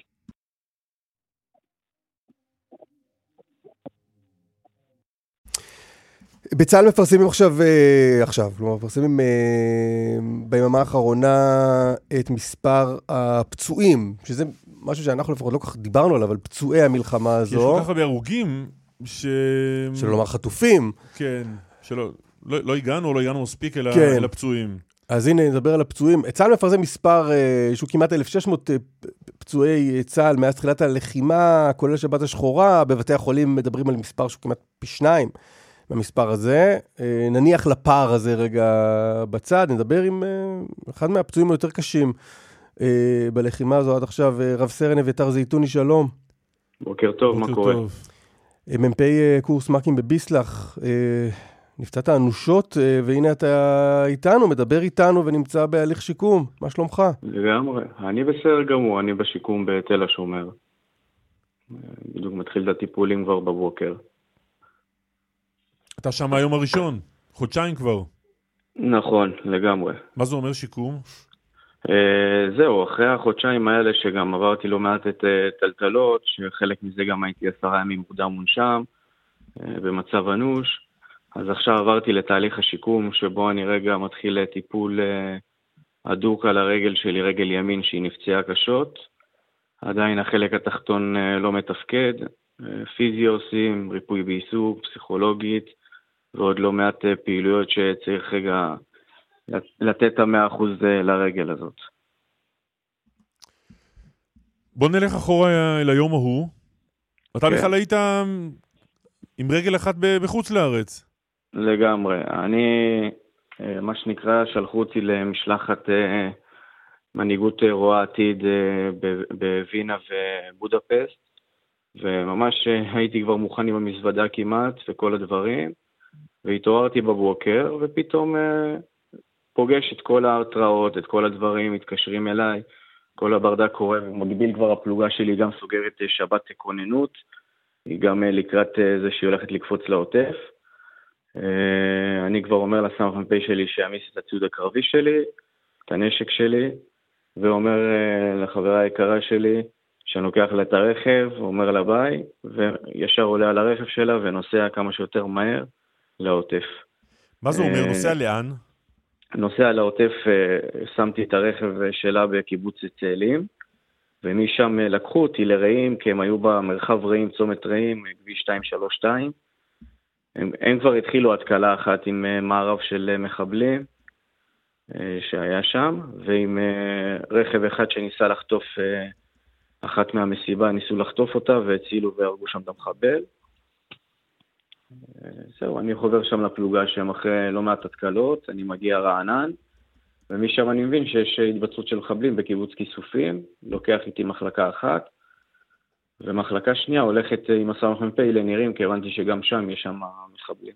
בצה"ל מפרסמים כלומר, מפרסמים ביממה האחרונה את מספר הפצועים, שזה משהו שאנחנו לפחות לא כך דיברנו עליו, על פצועי המלחמה הזו. יש כל כך הרבה הרוגים שלא לומר חטופים. כן, לא הגענו מספיק אל הפצועים. אז הנה, נדבר על הפצועים. צה"ל מפרסם מספר שהוא כמעט 1,600 פצועי צה"ל מאז תחילת הלחימה, כולל שבת השחורה. בבתי החולים מדברים על מספר שהוא כמעט פי 2 במספר הזה. נניח לפער הזה רגע בצד, נדבר עם אחד מהפצועים היותר קשים בלחימה הזו עד עכשיו, רב סרן אביתר זייתוני, שלום. בוקר טוב, מה קורה? מ"פ קורס מ"כים בביסלח, נפצעת אנושות, והנה אתה איתנו, מדבר איתנו ונמצא בהליך שיקום. מה שלומך? לגמרי, אני בסדר גמור, אני בשיקום בתל השומר. בדיוק מתחיל את הטיפולים כבר בבוקר. אתה שם היום הראשון, חודשיים כבר. נכון, לגמרי. מה זה אומר שיקום? זהו, אחרי החודשיים האלה שגם עברתי לא מעט את טלטלות, שחלק מזה גם הייתי 10 ימים מוקדם מונשם, במצב אנוש. אז עכשיו עברתי לתהליך השיקום, שבו אני רגע מתחיל טיפול הדוק על הרגל שלי, רגל ימין שהיא נפצעה קשות. עדיין החלק התחתון לא מתפקד, פיזיו עושים, ריפוי בעיסוק, פסיכולוגית, ועוד לא מעט פעילויות שצריך רגע לתת 100% לרגל הזאת. בוא נלך אחורה אל היום ההוא. אתה בכלל היית עם רגל אחת בחוץ לארץ. לגמרי. אני, מה שנקרא, שלחו אותי למשלחת מנהיגות רואה עתיד בווינה ובודפסט, וממש הייתי כבר מוכן עם המזוודה כמעט וכל הדברים, והתעוררתי בבוקר, ופתאום פוגש את כל ההתראות, את כל הדברים, מתקשרים אליי, כל הברדק קורה, ומגביל כבר הפלוגה שלי גם סוגרת שבת כוננות, היא גם לקראת זה שהיא הולכת לקפוץ לעוטף. אני כבר אומר לסמ"פ שלי שיעמיס את הציוד הקרבי שלי, את הנשק שלי, ואומר לחברה היקרה שלי שאני לוקח לה את הרכב, אומר לה ביי, וישר עולה על הרכב שלה ונוסע כמה שיותר מהר לעוטף. מה זה אומר? נוסע לאן? נוסע לעוטף, שמתי את הרכב שלה בקיבוץ צאלים, ומשם לקחו אותי לרעים, כי הם היו במרחב רעים, צומת רעים, כביש 232. הם כבר התחילו התקלה אחת עם מערב של מחבלים שהיה שם, ועם רכב אחד שניסה לחטוף אחת מהמסיבה, ניסו לחטוף אותה והצילו והרגו שם את המחבל. זהו, אני חובר שם לפלוגה שהם אחרי לא מעט התקלות, אני מגיע רענן, ומשם אני מבין שיש התבצעות של מחבלים בקיבוץ כיסופים, לוקח איתי מחלקה אחת, ומחלקה שנייה הולכת עם הסמ"פ לנירים, כי הבנתי שגם שם יש שם מחבלים.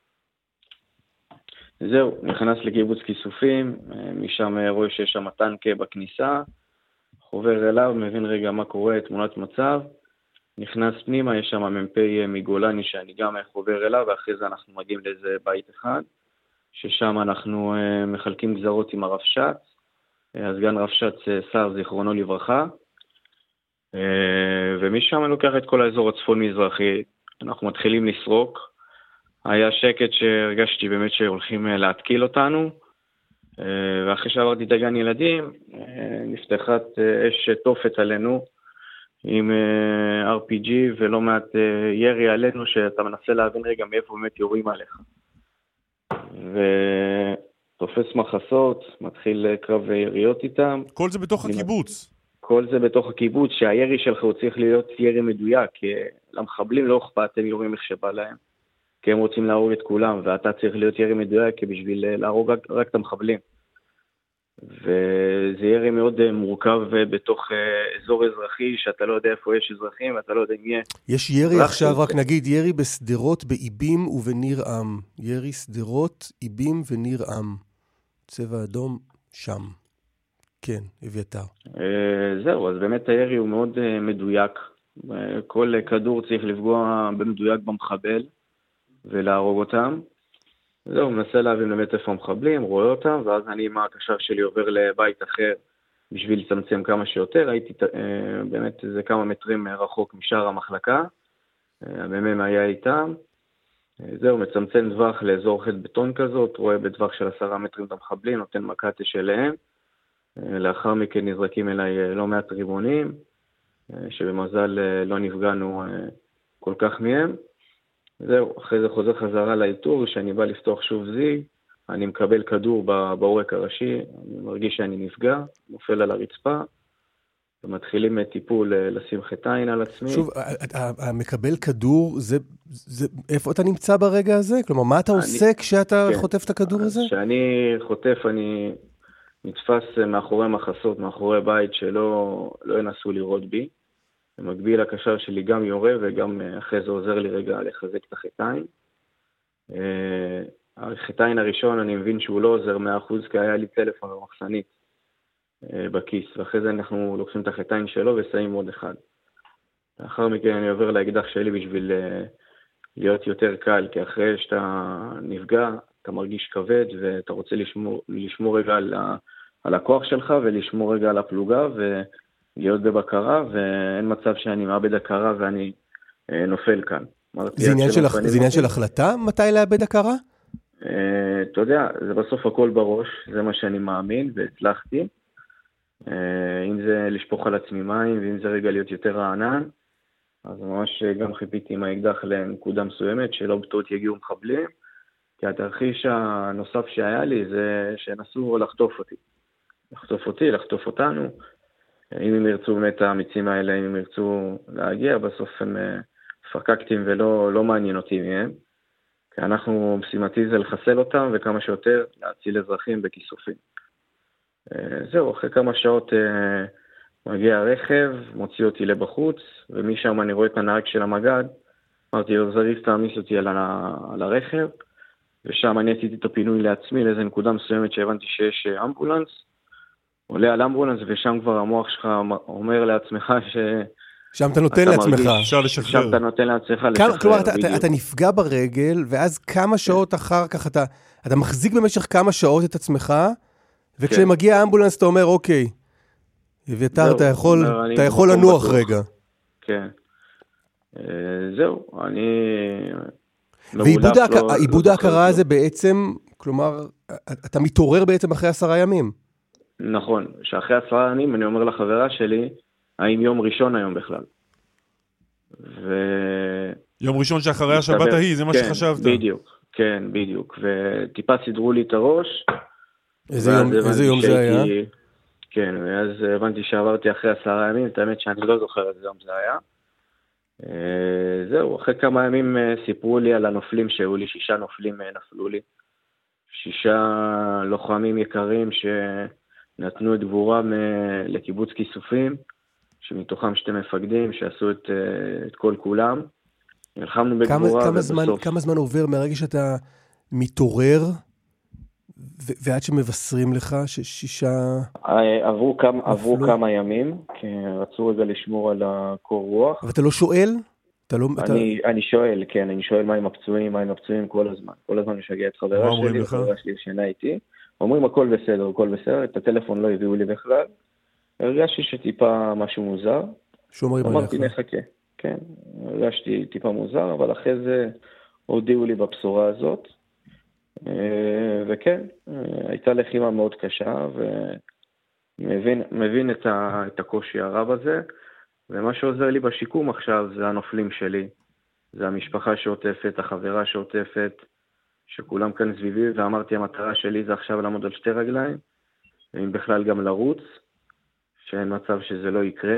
זהו, נכנס לקיבוץ כיסופים, משם רואה שיש שם טנק בכניסה, חובר אליו, מבין רגע מה קורה, תמונת מצב, נכנס פנימה, יש שם מ"פ מגולני שאני גם חובר אליו, ואחרי זה אנחנו מגיעים לאיזה בית אחד, ששם אנחנו מחלקים גזרות עם הרב שץ, הסגן רב שץ שר זיכרונו לברכה, ומשם אני לוקח את כל האזור הצפון-מזרחי, אנחנו מתחילים לסרוק, היה שקט שהרגשתי באמת שהולכים להתקיל אותנו, ואחרי שעברתי את הגן ילדים, נפתחת אש תופת עלינו, עם RPG ולא מעט ירי עלינו, שאתה מנסה להבין רגע מאיפה באמת יורים עליך. ותופס מחסות, מתחיל קרב יריות איתם. כל זה בתוך הקיבוץ. כל זה בתוך הקיבוץ, שהירי שלך הוא צריך להיות ירי מדויק, כי למחבלים לא אכפת, הם יורים איך שבא להם, כי הם רוצים להרוג את כולם, ואתה צריך להיות ירי מדויק בשביל להרוג רק את המחבלים. וזה ירי מאוד מורכב בתוך אזור אזרחי, שאתה לא יודע איפה יש אזרחים, ואתה לא יודע אם יהיה. יש ירי עכשיו, רק נגיד, ירי בסדרות, באיבים ובניר עם. ירי סדרות, איבים וניר עם. צבע אדום, שם. כן, אביתר. זהו, אז באמת הירי הוא מאוד מדויק. כל כדור צריך לפגוע במדויק במחבל, ולהרוג אותם. זהו, מנסה להבין באמת איפה המחבלים, רואה אותם, ואז אני עם הקשר שלי עובר לבית אחר בשביל לצמצם כמה שיותר. הייתי באמת איזה כמה מטרים רחוק משאר המחלקה, הממ"מ היה איתם. זהו, מצמצם טווח לאזור חד בטון כזאת, רואה בטווח של 10 מטרים את המחבלים, נותן מכת אש אליהם. לאחר מכן נזרקים אליי לא מעט רימונים, שבמזל לא נפגענו כל כך מהם. זהו, אחרי זה חוזר חזרה לאיתור, שאני בא לפתוח שוב זיג, אני מקבל כדור בעורק הראשי, אני מרגיש שאני נפגע, נופל על הרצפה, ומתחילים טיפול לשים חטאין על עצמי. שוב, המקבל כדור, איפה אתה נמצא ברגע הזה? כלומר, מה אתה עושה כשאתה חוטף את הכדור הזה? כשאני חוטף, אני נתפס מאחורי מחסות, מאחורי בית שלא ינסו לראות בי. במקביל הקשר שלי גם יורה וגם אחרי זה עוזר לי רגע לחזק את החטאין. החטאין הראשון אני מבין שהוא לא עוזר 100% כי היה לי טלפון במחסנית בכיס, ואחרי זה אנחנו לוקחים את החטאין שלו ושמים עוד אחד. לאחר מכן אני עובר לאקדח שלי בשביל להיות יותר קל, כי אחרי שאתה נפגע אתה מרגיש כבד ואתה רוצה לשמור רגע על הכוח שלך ולשמור רגע על הפלוגה להיות בבקרה, ואין מצב שאני מאבד הכרה ואני נופל כאן. זה עניין של החלטה? מתי לאבד הכרה? אתה יודע, זה בסוף הכל בראש, זה מה שאני מאמין והצלחתי. אם זה לשפוך על עצמי מים, ואם זה רגע להיות יותר רענן, אז ממש גם חיפיתי עם האקדח לנקודה מסוימת, שלא בטעות יגיעו מחבלים, כי התרחיש הנוסף שהיה לי זה שנסו לחטוף אותי, לחטוף אותנו. אם הם ירצו באמת האמיצים האלה, אם הם ירצו להגיע, בסוף הם פקקטים ולא מעניין אותי מהם. כי אנחנו, משימתי זה לחסל אותם וכמה שיותר להציל אזרחים בכיסופים. זהו, אחרי כמה שעות מגיע הרכב, מוציא אותי לבחוץ, ומשם אני רואה את הנהג של המגד, אמרתי לו, זריף תעמיס אותי על הרכב, ושם אני עשיתי את הפינוי לעצמי לאיזו נקודה מסוימת שהבנתי שיש אמבולנס, עולה על אמבולנס, ושם כבר המוח שלך אומר לעצמך שם אתה נותן לעצמך. אפשר לשחרר. שם אתה נותן לעצמך לשחרר. כלומר, אתה נפגע ברגל, ואז כמה שעות אחר כך, אתה מחזיק במשך כמה שעות את עצמך, וכשמגיע האמבולנס אתה אומר, אוקיי, אביתר, אתה יכול לנוח רגע. כן. זהו, אני... ועיבוד ההכרה הזה בעצם, כלומר, אתה מתעורר בעצם אחרי 10 ימים. נכון, שאחרי 10 ימים אני אומר לחברה שלי, האם יום ראשון היום בכלל? יום ראשון שאחרי השבת ההיא, זה מה שחשבת. בדיוק, כן, בדיוק. וטיפה סידרו לי את הראש. איזה יום זה היה? כן, ואז הבנתי שעברתי אחרי 10 ימים, את האמת שאני לא זוכר איזה יום זה היה. זהו, אחרי כמה ימים סיפרו לי על הנופלים שהיו לי, 6 נופלים נפלו לי. 6 לוחמים יקרים שנתנו את גבורם לקיבוץ כיסופים, שמתוכם 2 מפקדים שעשו את כל כולם. נלחמנו בגבורה ובסוף. כמה זמן עובר מהרגע שאתה מתעורר ועד שמבשרים לך ש6... עברו כמה ימים, כי רצו רגע לשמור על הקור רוח. אבל אתה לא שואל? אני שואל, כן, אני שואל מה עם הפצועים, כל הזמן. כל הזמן משגע את חברה שלי, חברה שלי שינה איתי. אומרים הכל בסדר, את הטלפון לא הביאו לי בכלל. הרגשתי שטיפה משהו מוזר. אמרתי נחכה, כן, הרגשתי טיפה מוזר, אבל אחרי זה הודיעו לי בבשורה הזאת. וכן, הייתה לחימה מאוד קשה, ומבין את הקושי הרב הזה, ומה שעוזר לי בשיקום עכשיו זה הנופלים שלי, זה המשפחה שעוטפת, החברה שעוטפת, שכולם כאן סביבי, ואמרתי המטרה שלי זה עכשיו לעמוד על 2 רגליים, ואם בכלל גם לרוץ, שאין מצב שזה לא יקרה.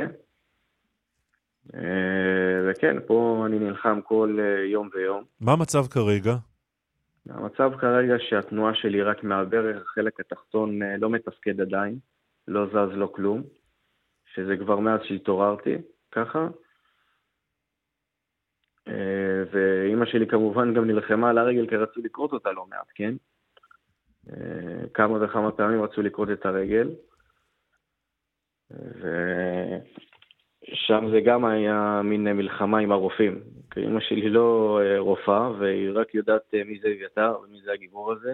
וכן, פה אני נלחם כל יום ויום. מה המצב כרגע? המצב כרגע שהתנועה שלי רק מהברך, החלק התחתון לא מתפקד עדיין, לא זז, לא כלום, שזה כבר מאז שהתעוררתי, ככה. ואמא שלי כמובן גם נלחמה על הרגל, כי רצו לקרות אותה לא מעט, כן? כמה וכמה פעמים רצו לקרות את הרגל. ושם זה גם היה מין מלחמה עם הרופאים. כי אמא שלי לא רופאה, והיא רק יודעת מי זה אביתר ומי זה הגיבור הזה.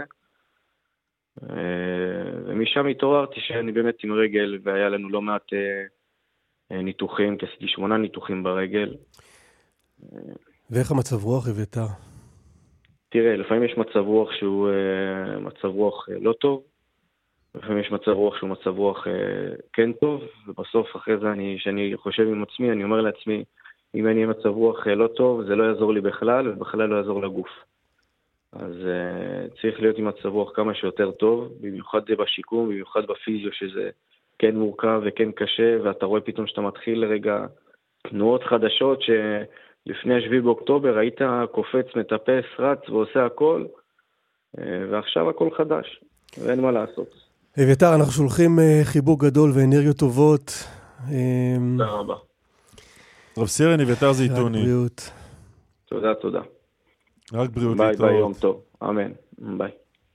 ומשם התעוררתי שאני באמת עם רגל, והיה לנו לא מעט ניתוחים, כי עשיתי 8 ניתוחים ברגל. ואיך המצב רוח, אביתר? תראה, לפעמים יש מצב רוח שהוא מצב רוח לא טוב, לפעמים יש מצב רוח שהוא מצב רוח כן טוב, ובסוף אחרי זה שאני חושב עם עצמי, אני אומר לעצמי, אם אני מצב רוח לא טוב, זה לא יעזור לי בכלל, ובכלל לא יעזור לגוף. אז צריך להיות עם מצב רוח כמה שיותר טוב, במיוחד בשיקום, במיוחד בפיזיו, שזה כן מורכב וכן קשה, ואתה רואה פתאום שאתה מתחיל לרגע תנועות חדשות לפני 7 באוקטובר היית קופץ, מטפס, רץ ועושה הכל, ועכשיו הכל חדש, ואין מה לעשות. אביתר, אנחנו שולחים חיבוק גדול ואנרגיות טובות. תודה רבה. רב סרן, אביתר זיתוני. רק בריאות. תודה, תודה. רק בריאות ביי, להתראות. ביי, יום טוב. אמן. ביי.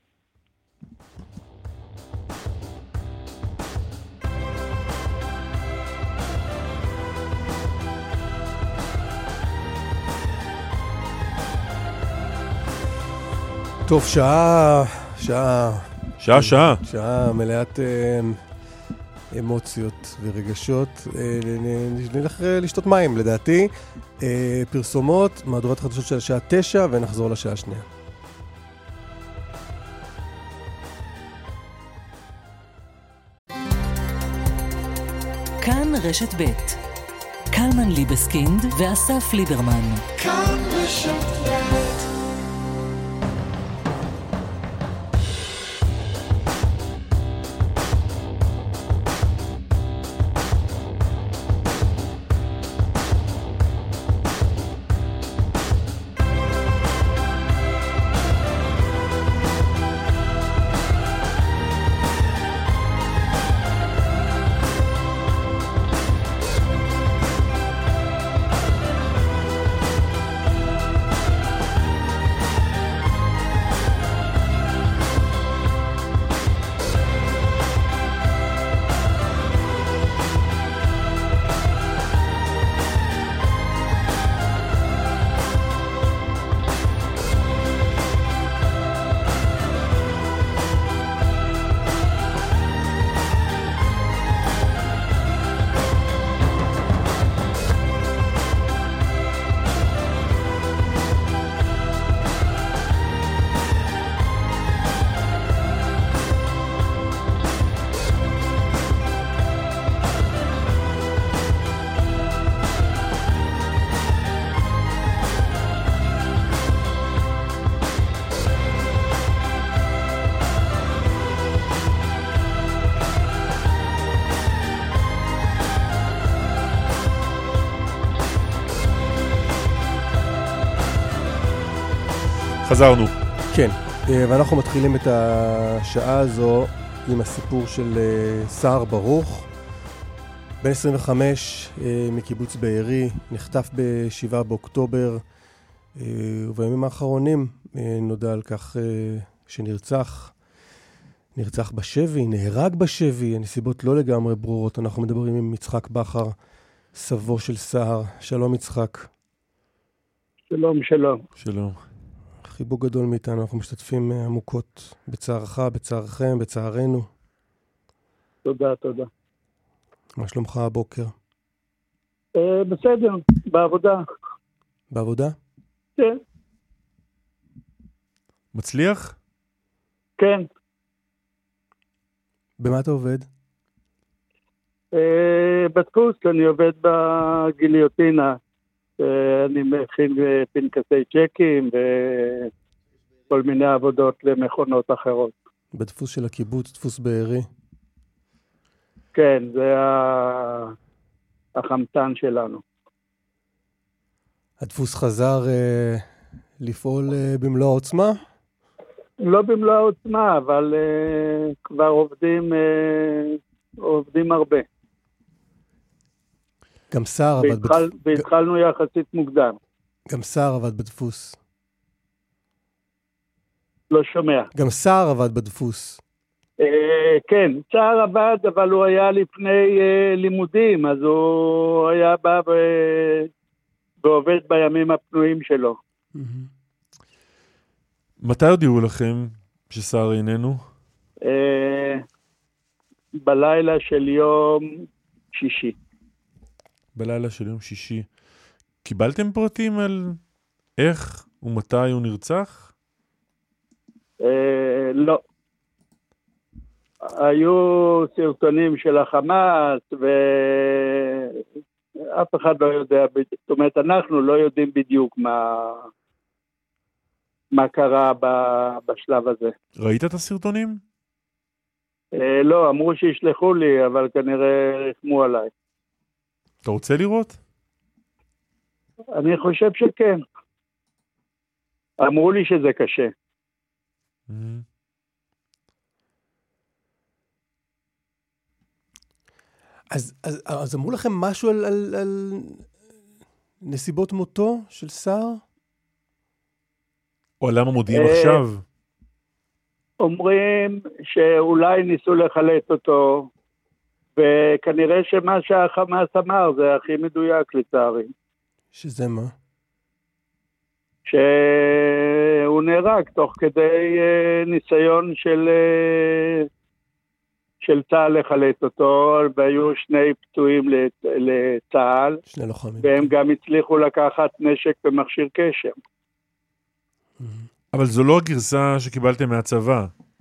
טוב, שעה מלאת אמוציות ורגשות. נלך לשתות מים, לדעתי. פרסומות, מהדורת חדשות של השעה 9, ונחזור לשעה השנייה. כאן רשת ב' קלמן ליבסקינד ואסף ליברמן. כאן רשת ב'. חזרנו. כן, ואנחנו מתחילים את השעה הזו עם הסיפור של סער ברוך, בן 25 מקיבוץ בארי, נחטף ב7 באוקטובר, ובימים האחרונים נודע על כך שנרצח בשבי, נהרג בשבי, הנסיבות לא לגמרי ברורות. אנחנו מדברים עם יצחק בכר, סבו של סער. שלום יצחק. שלום, שלום. שלום. חיבוק גדול מאיתנו, אנחנו משתתפים עמוקות בצערך, בצערכם, בצערנו. תודה, תודה. מה שלומך הבוקר? בסדר, בעבודה. בעבודה? כן. מצליח? כן. במה אתה עובד? בדפוס, אני עובד בגיליוטינה. אני מכין פנקסי צ'קים וכל מיני עבודות למכונות אחרות. בדפוס של הקיבוץ, דפוס בארי? כן, זה החמתן שלנו. הדפוס חזר לפעול במלוא העוצמה? לא במלוא העוצמה, אבל כבר עובדים הרבה. גם סער עבד בדפוס. והתחלנו יחסית מוקדם. גם סער עבד בדפוס. לא שומע. גם סער עבד בדפוס. כן, סער עבד, אבל הוא היה לפני לימודים, אז הוא היה בא ועובד בימים הפנויים שלו. מתי הודיעו לכם שסער איננו? בלילה של יום שישי. בלילה של יום שישי. קיבלתם פרטים על איך ומתי הוא נרצח? לא. היו סרטונים של החמאס, ואף אחד לא יודע, זאת אומרת, אנחנו לא יודעים בדיוק מה קרה בשלב הזה. ראית את הסרטונים? לא, אמרו שישלחו לי, אבל כנראה רחמו עליי. אתה רוצה לראות? אני חושב שכן. אמרו לי שזה קשה. אז אמרו לכם משהו על נסיבות מותו של סער? או למה מודיעים עכשיו? אומרים שאולי ניסו לחלט אותו, וכנראה שמה שהחמאס אמר זה הכי מדויק לצערי. שזה מה? שהוא נהרג תוך כדי ניסיון של צה"ל לחלט אותו, והיו שני פצועים לצה"ל, שני לוחמים. והם גם הצליחו לקחת נשק ומכשיר קשר. אבל זו לא הגרסה שקיבלתם מהצבא.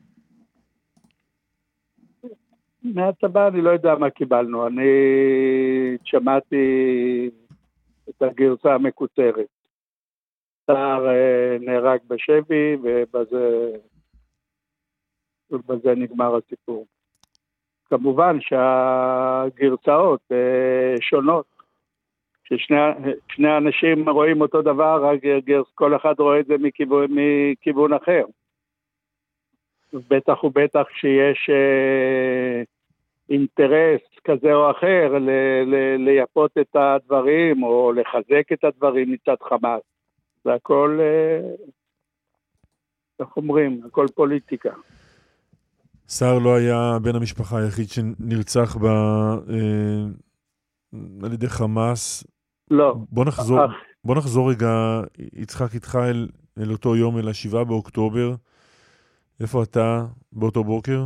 מהצבא אני לא יודע מה קיבלנו, אני שמעתי את הגרסה המקוצרת. סער נהרג בשבי, ובזה נגמר הסיפור. כמובן שהגרסאות שונות, ששני אנשים רואים אותו דבר, רק כל אחד רואה את זה מכיוון אחר. בטח ובטח שיש אינטרס כזה או אחר לייפות את הדברים, או לחזק את הדברים מצד חמאס. זה הכל, איך אומרים, הכל פוליטיקה. סער לא היה בן המשפחה היחיד שנרצח על ידי חמאס. לא. בוא נחזור רגע, יצחק, איתך אל אותו יום, אל 7 באוקטובר. איפה אתה באותו בוקר?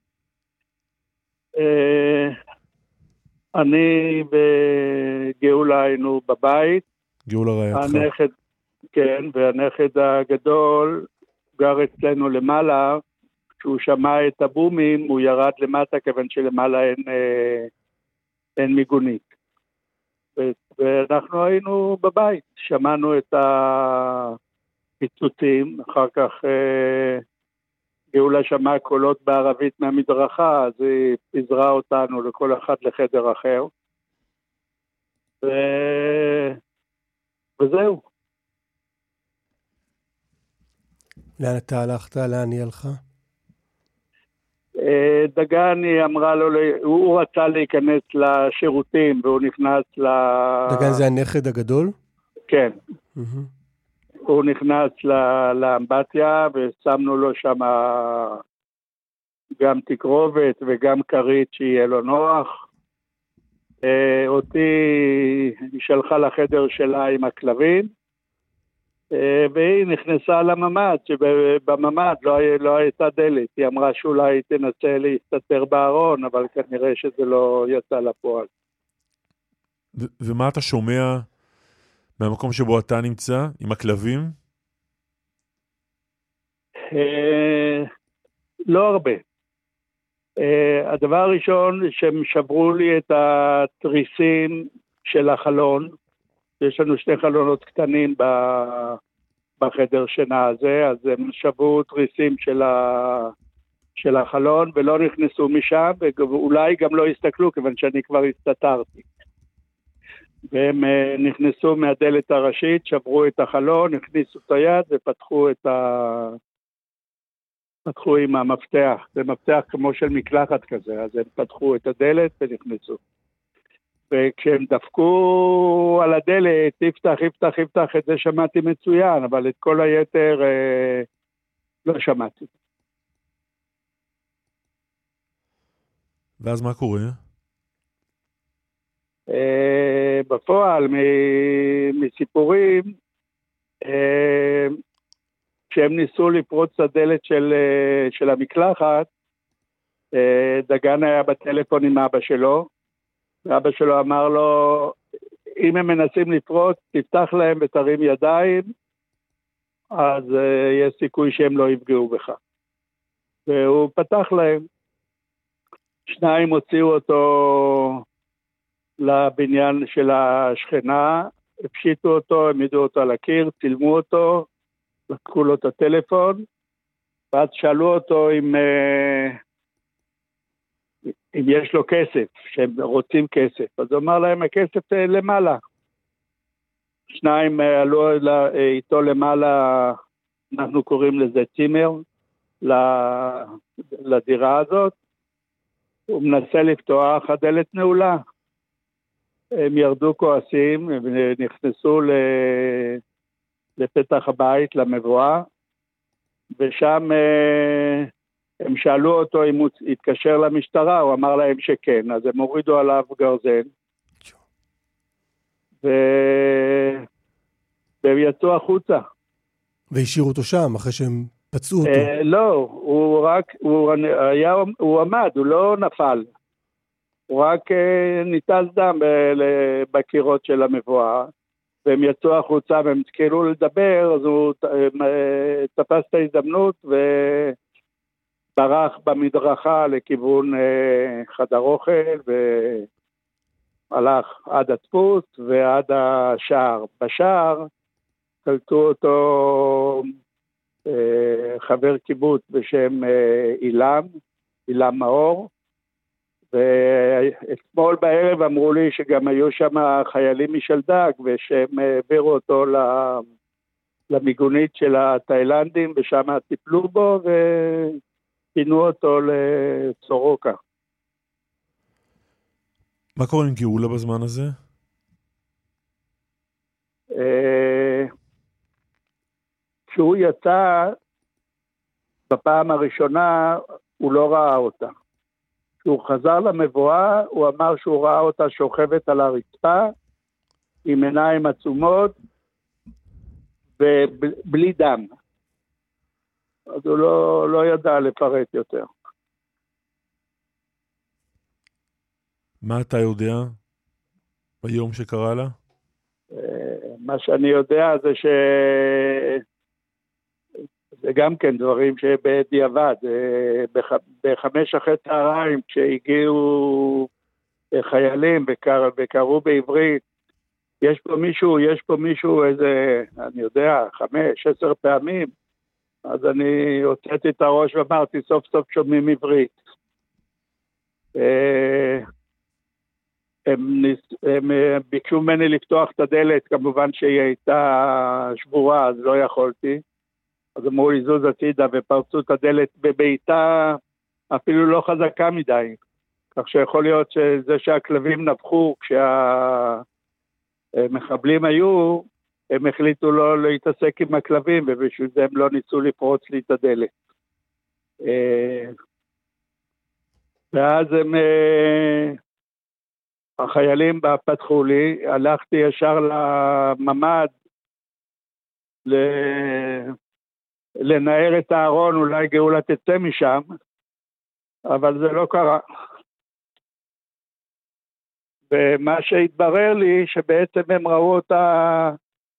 אני בגאולה היינו בבית. גאולה רעייתך. כן, והנכד הגדול גר אצלנו למעלה. כשהוא שמע את הבומים, הוא ירד למטה, כיוון שלמעלה אין מיגונית. ואנחנו היינו בבית, שמענו את הפיצוצים, אחר כך גאולה שמעה קולות בערבית מהמדרכה, אז היא פיזרה אותנו לכל אחד לחדר אחר. וזהו. לאן אתה הלכת? לאן היא הלכה? דגן היא אמרה לו, הוא רצה להיכנס לשירותים, והוא נכנס דגן זה הנכד הגדול? כן. הוא נכנס לאמבטיה, ושמנו לו שם גם תקרובת וגם כרית שיהיה לו נוח. אותי היא שלחה לחדר שלה עם הכלבים, והיא נכנסה לממד, שבממד לא הייתה דלת. היא אמרה שאולי תנסה להסתתר בארון, אבל כנראה שזה לא יצא לפועל. ומה אתה שומע מהמקום שבו אתה נמצא, עם הכלבים? לא הרבה. הדבר הראשון, שהם שברו לי את התריסים של החלון. יש לנו 2 חלונות קטנים בחדר שינה הזה, אז הם שברו תריסים של החלון, ולא נכנסו משם, ואולי גם לא הסתכלו, כיוון שאני כבר הסתתרתי. והם נכנסו מהדלת הראשית, שברו את החלון, הכניסו את היד ופתחו פתחו עם המפתח, זה מפתח כמו של מקלחת כזה, אז הם פתחו את הדלת ונכנסו. וכשהם דפקו על הדלת, יפתח, את זה שמעתי מצוין, אבל את כל היתר לא שמעתי. ואז מה קורה? בפועל, מסיפורים, כשהם ניסו לפרוץ את הדלת של המקלחת, דגן היה בטלפון עם אבא שלו, ואבא שלו אמר לו, אם הם מנסים לפרוץ, תפתח להם ותרים ידיים, אז יש סיכוי שהם לא יפגעו בך. והוא פתח להם. שניים הוציאו אותו לבניין של השכנה, הפשיטו אותו, העמידו אותו על הקיר, צילמו אותו, לקחו לו את הטלפון, ואז שאלו אותו אם יש לו כסף, שהם רוצים כסף. אז הוא אמר להם, הכסף למעלה. שניים עלו איתו למעלה, אנחנו קוראים לזה צימר, לדירה הזאת. הוא מנסה לפתוח, הדלת נעולה. הם ירדו כועסים, הם נכנסו לפתח הבית, למבואה, ושם הם שאלו אותו אם הוא התקשר למשטרה, הוא אמר להם שכן, אז הם הורידו עליו גרזן, והם יצאו החוצה. והשאירו אותו שם, אחרי שהם פצעו אותו. לא, הוא עמד, הוא לא נפל. הוא רק ניטל דם בקירות של המבואה, והם יצאו החוצה והם התחילו לדבר, אז הוא תפס את ההזדמנות וברח במדרכה לכיוון חדר אוכל, והלך עד הדפוס ועד השער. בשער קלטו אותו חבר קיבוץ בשם אילם מאור, ואתמול בערב אמרו לי שגם היו שם חיילים משלדג, ושהם העבירו אותו למיגונית של התאילנדים, ושם טיפלו בו ופינו אותו לסורוקה. מה קורה עם גאולה בזמן הזה? כשהוא יצא בפעם הראשונה, הוא לא ראה אותה. כשהוא חזר למבואה, הוא אמר שהוא ראה אותה שוכבת על הרצפה, עם עיניים עצומות, ובלי דם. אז הוא לא ידע לפרט יותר. מה אתה יודע ביום שקרה לה? מה שאני יודע זה זה גם כן דברים שבדיעבד, ב5:00 כשהגיעו חיילים וקראו בעברית, יש פה מישהו איזה, אני יודע, 5-10 פעמים, אז אני הוצאתי את הראש ואמרתי, סוף סוף שומעים עברית. הם ביקשו ממני לפתוח את הדלת, כמובן שהיא הייתה שבורה, אז לא יכולתי. אז אמרו לי זוז הצידה ופרצו את הדלת בביתה אפילו לא חזקה מדי. כך שיכול להיות שזה שהכלבים נבחו כשהמחבלים היו, הם החליטו לא להתעסק עם הכלבים, ובשביל זה הם לא ניסו לפרוץ לי את הדלת. ואז החיילים פתחו לי, הלכתי ישר לממד לנער את הארון, אולי גאולה תצא משם, אבל זה לא קרה. ומה שהתברר לי, שבעצם הם ראו אותה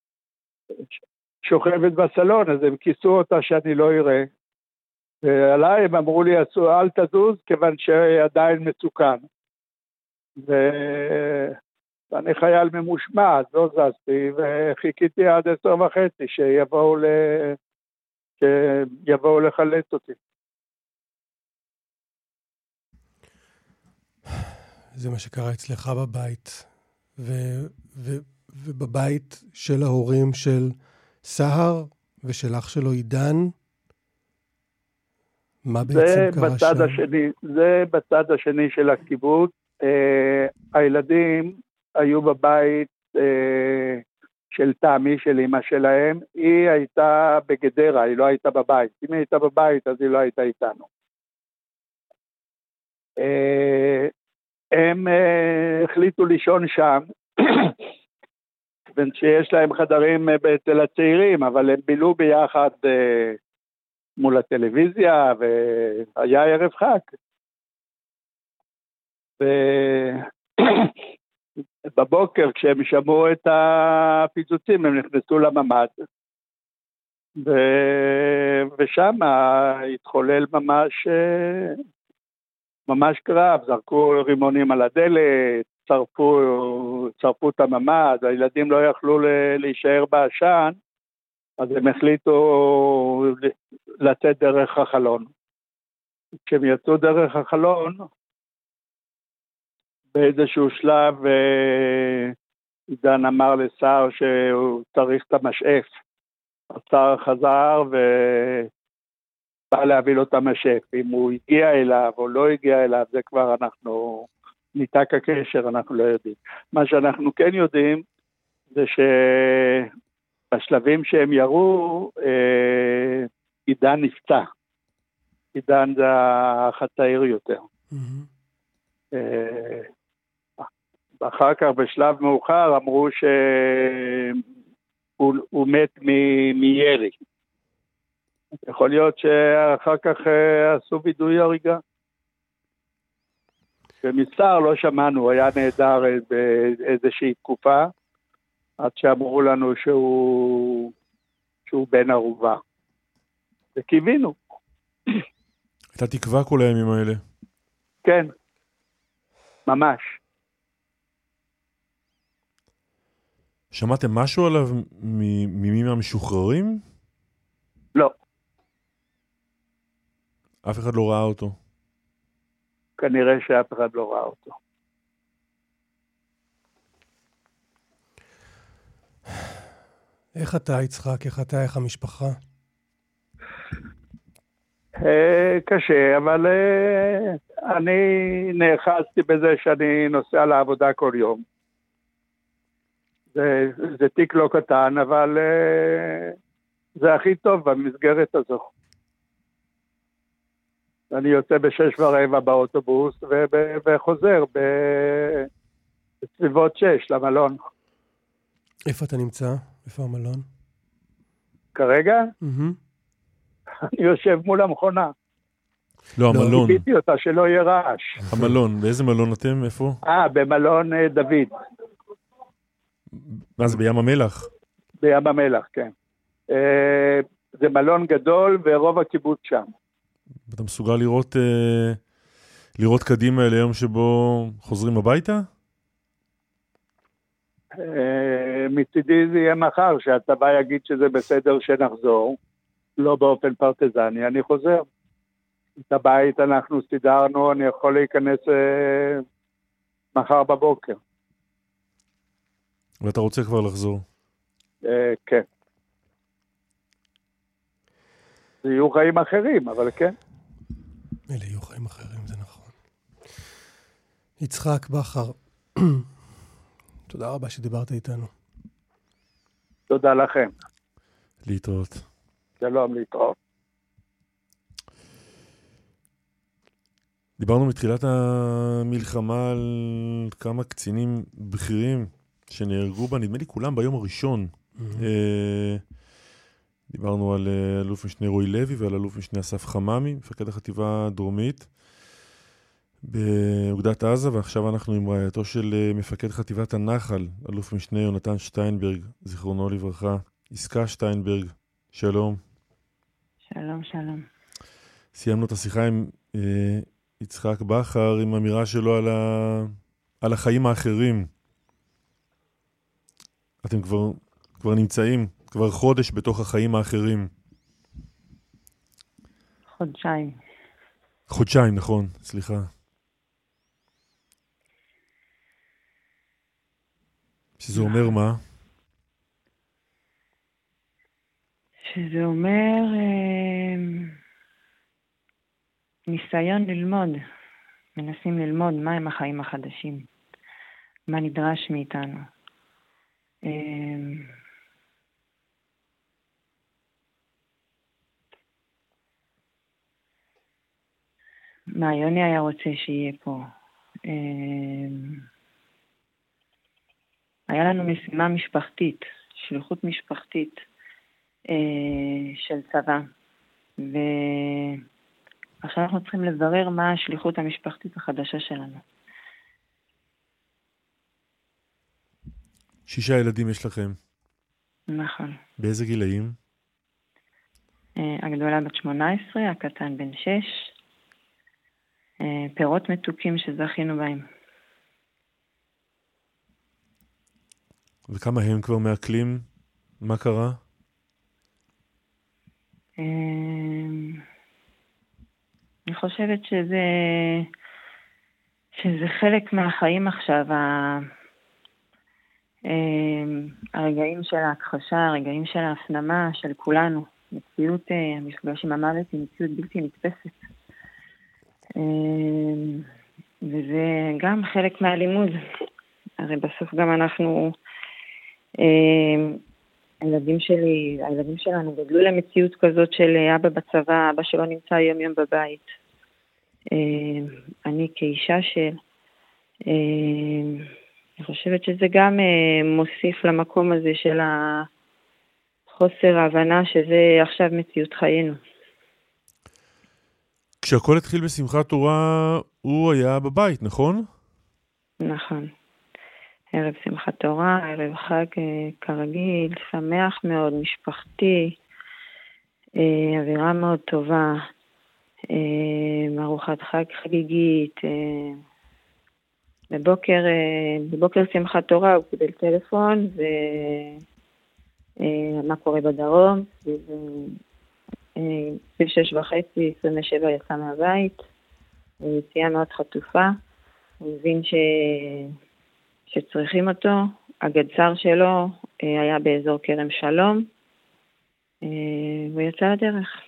שוכבת בסלון, אז הם כיסו אותה שאני לא אראה. ועליי הם אמרו לי, אל תזוז, כיוון שעדיין מסוכן. ואני חייל ממושמע, אז לא זזתי, וחיכיתי עד 10:30 שיבואו לחלץ אותי. זה מה שקרה אצלך בבית, ובבית של ההורים של סהר ושל אח שלו עידן. מה בעצם קרה שם? זה בצד השני של הקיבוץ. הילדים היו בבית של תמי, של אמא שלהם. היא הייתה בגדרה, היא לא הייתה בבית. אם היא הייתה בבית, אז היא לא הייתה איתנו. הם החליטו לישון שם, שיש להם חדרים אצל הצעירים, אבל הם בילו ביחד מול הטלוויזיה, והיה ערב חג. ובבוקר, כשהם שמעו את הפיצוצים, הם נכנסו לממ"ד, ושם התחולל ממש קרב, זרקו רימונים על הדלת, צרפו את הממ"ד, הילדים לא יכלו להישאר בעשן, אז הם החליטו לצאת דרך החלון. כשהם יצאו דרך החלון, באיזשהו שלב עידן אמר לשר שהוא צריך את המשאף. השר חזר ובא להביא לו את המשאף. אם הוא הגיע אליו או לא הגיע אליו, זה כבר ניתק הקשר, אנחנו לא יודעים. מה שאנחנו כן יודעים, זה שבשלבים שהם ירו, עידן נפצע. עידן זה החצאיר יותר. אחר כך בשלב מאוחר אמרו שהוא מת מירי. יכול להיות שאחר כך עשו וידוי הריגה. במצטער לא שמענו, היה נהדר באיזושהי תקופה, עד שאמרו לנו שהוא בן ערובה. וקיווינו. הייתה תקווה כל הימים האלה. כן, ממש. שמעתם משהו עליו ממי מהמשוחררים? לא. אף אחד לא ראה אותו. כנראה שאף אחד לא ראה אותו. איך אתה, יצחק? איך המשפחה? קשה, אבל אני נאחזתי בזה שאני נוסע לעבודה כל יום. זה תיק לא קטן, אבל זה הכי טוב במסגרת הזו. אני יוצא 6:15 באוטובוס וחוזר בסביבות 6 למלון. איפה אתה נמצא? איפה המלון? כרגע? אני יושב מול המכונה. לא, המלון. קיפיתי אותה שלא יהיה רעש. המלון, באיזה מלון אתם? איפה? במלון דוד. מה זה, בים המלח? בים המלח, כן. זה מלון גדול ורוב הקיבוץ שם. אתה מסוגל לראות קדימה ליום שבו חוזרים הביתה? מצידי זה יהיה מחר, שהצבא יגיד שזה בסדר שנחזור, לא באופן פרטיזני, אני חוזר. את הבית אנחנו סידרנו, אני יכול להיכנס מחר בבוקר. ואתה רוצה כבר לחזור? כן. זה יהיו חיים אחרים, אבל כן. אלה יהיו חיים אחרים, זה נכון. יצחק בכר, תודה רבה שדיברת איתנו. תודה לכם. להתראות. שלום, להתראות. דיברנו מתחילת המלחמה על כמה קצינים בכירים שנהרגו בה, נדמה לי כולם ביום הראשון. דיברנו על אלוף משנה רועי לוי ועל אלוף משנה אסף חממי, מפקד החטיבה הדרומית באוגדת עזה, ועכשיו אנחנו עם רעייתו של מפקד חטיבת הנחל, אלוף משנה יונתן שטיינברג, זיכרונו לברכה. עסקה שטיינברג, שלום. שלום, שלום. סיימנו את השיחה עם יצחק בכר, עם אמירה שלו על החיים האחרים. אתם כבר נמצאים, כבר חודש בתוך החיים האחרים. חודשיים. חודשיים, נכון, סליחה. שזה אומר מה? שזה אומר ניסיון ללמוד. מנסים ללמוד מה הם החיים החדשים. מה נדרש מאיתנו. מה יוני היה רוצה שיהיה פה? היה לנו משימה משפחתית, שליחות משפחתית של צבא. ועכשיו אנחנו צריכים לברר מה השליחות המשפחתית החדשה שלנו. 6 ילדים יש לכם. נכון. באיזה גילאים? הגדולה בת 18, הקטן בן 6. פירות מתוקים שזכינו בהם. וכמה הם כבר מעכלים? מה קרה? אני חושבת שזה חלק מהחיים עכשיו, הרגעים של ההכחשה, הרגעים של ההפנמה של כולנו. מציאות, המפגש עם המוות היא מציאות בלתי נתפסת. וזה גם חלק מהלימוד. הרי בסוף גם אנחנו, הילדים שלנו גדלו למציאות כזאת של אבא בצבא, אבא שלא נמצא יום יום בבית. אני כאישה אני חושבת שזה גם מוסיף למקום הזה של חוסר ההבנה שזה עכשיו מציאות חיינו. כשהכל התחיל בשמחת תורה, הוא היה בבית, נכון? נכון. ערב שמחת תורה, ערב חג כרגיל, שמח מאוד, משפחתי, אווירה מאוד טובה, ארוחת חג חגיגית. בבוקר שמחת תורה הוא קיבל טלפון, ומה קורה בדרום, סביב 6:30, 27 יצא מהבית, יציאה מאוד חטופה, הוא הבין שצריכים אותו, הגדסר שלו היה באזור כרם שלום, והוא יצא לדרך.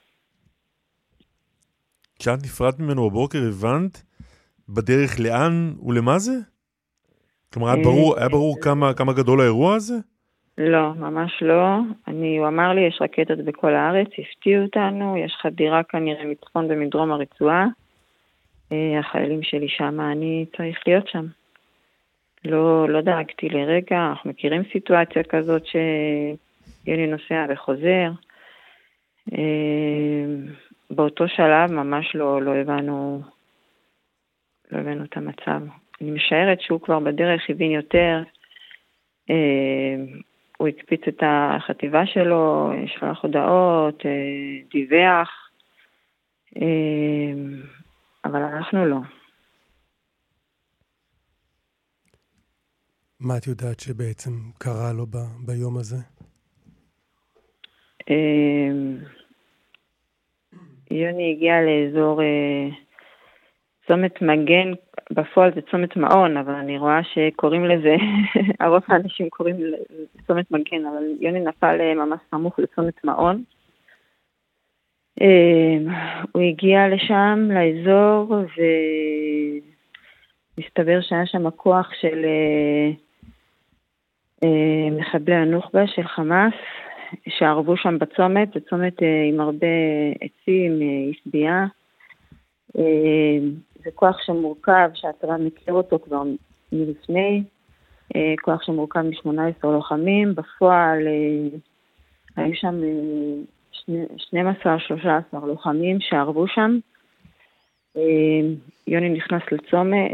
כשאת נפרד ממנו בבוקר, הבנת בדרך לאן ולמה זה? כלומר, היה ברור כמה גדול האירוע הזה? לא, ממש לא. הוא אמר לי, יש רקטות בכל הארץ, הפתיעו אותנו, יש חדירה כנראה מצפון ומדרום הרצועה. החיילים שלי שם, אני צריך להיות שם. לא דאגתי לרגע, אנחנו מכירים סיטואציה כזאת שיוני נוסע וחוזר. באותו שלב ממש לא הבנו את המצב. אני משערת שהוא כבר בדרך הבין יותר, הוא הקפיץ את החטיבה שלו, שלח הודעות, דיווח, אבל אנחנו לא. מה את יודעת שבעצם קרה לו ביום הזה? יוני הגיע לאזור צומת מגן, בפועל זה צומת מעון, אבל אני רואה שקוראים לזה, הרוב האנשים קוראים לזה צומת מגן, אבל יוני נפל ממש סמוך לצומת מעון. הוא הגיע לשם, לאזור, ומסתבר שהיה שם כוח של מחבלי הנוח'בה של חמאס, שערבו שם בצומת, זה צומת עם הרבה עצים, הסביעה. זה כוח שמורכב, שאתה מכיר אותו כבר מלפני, כוח שמורכב מ-18 לוחמים, בפועל היו שם 12-13 לוחמים שערבו שם. יוני נכנס לצומת,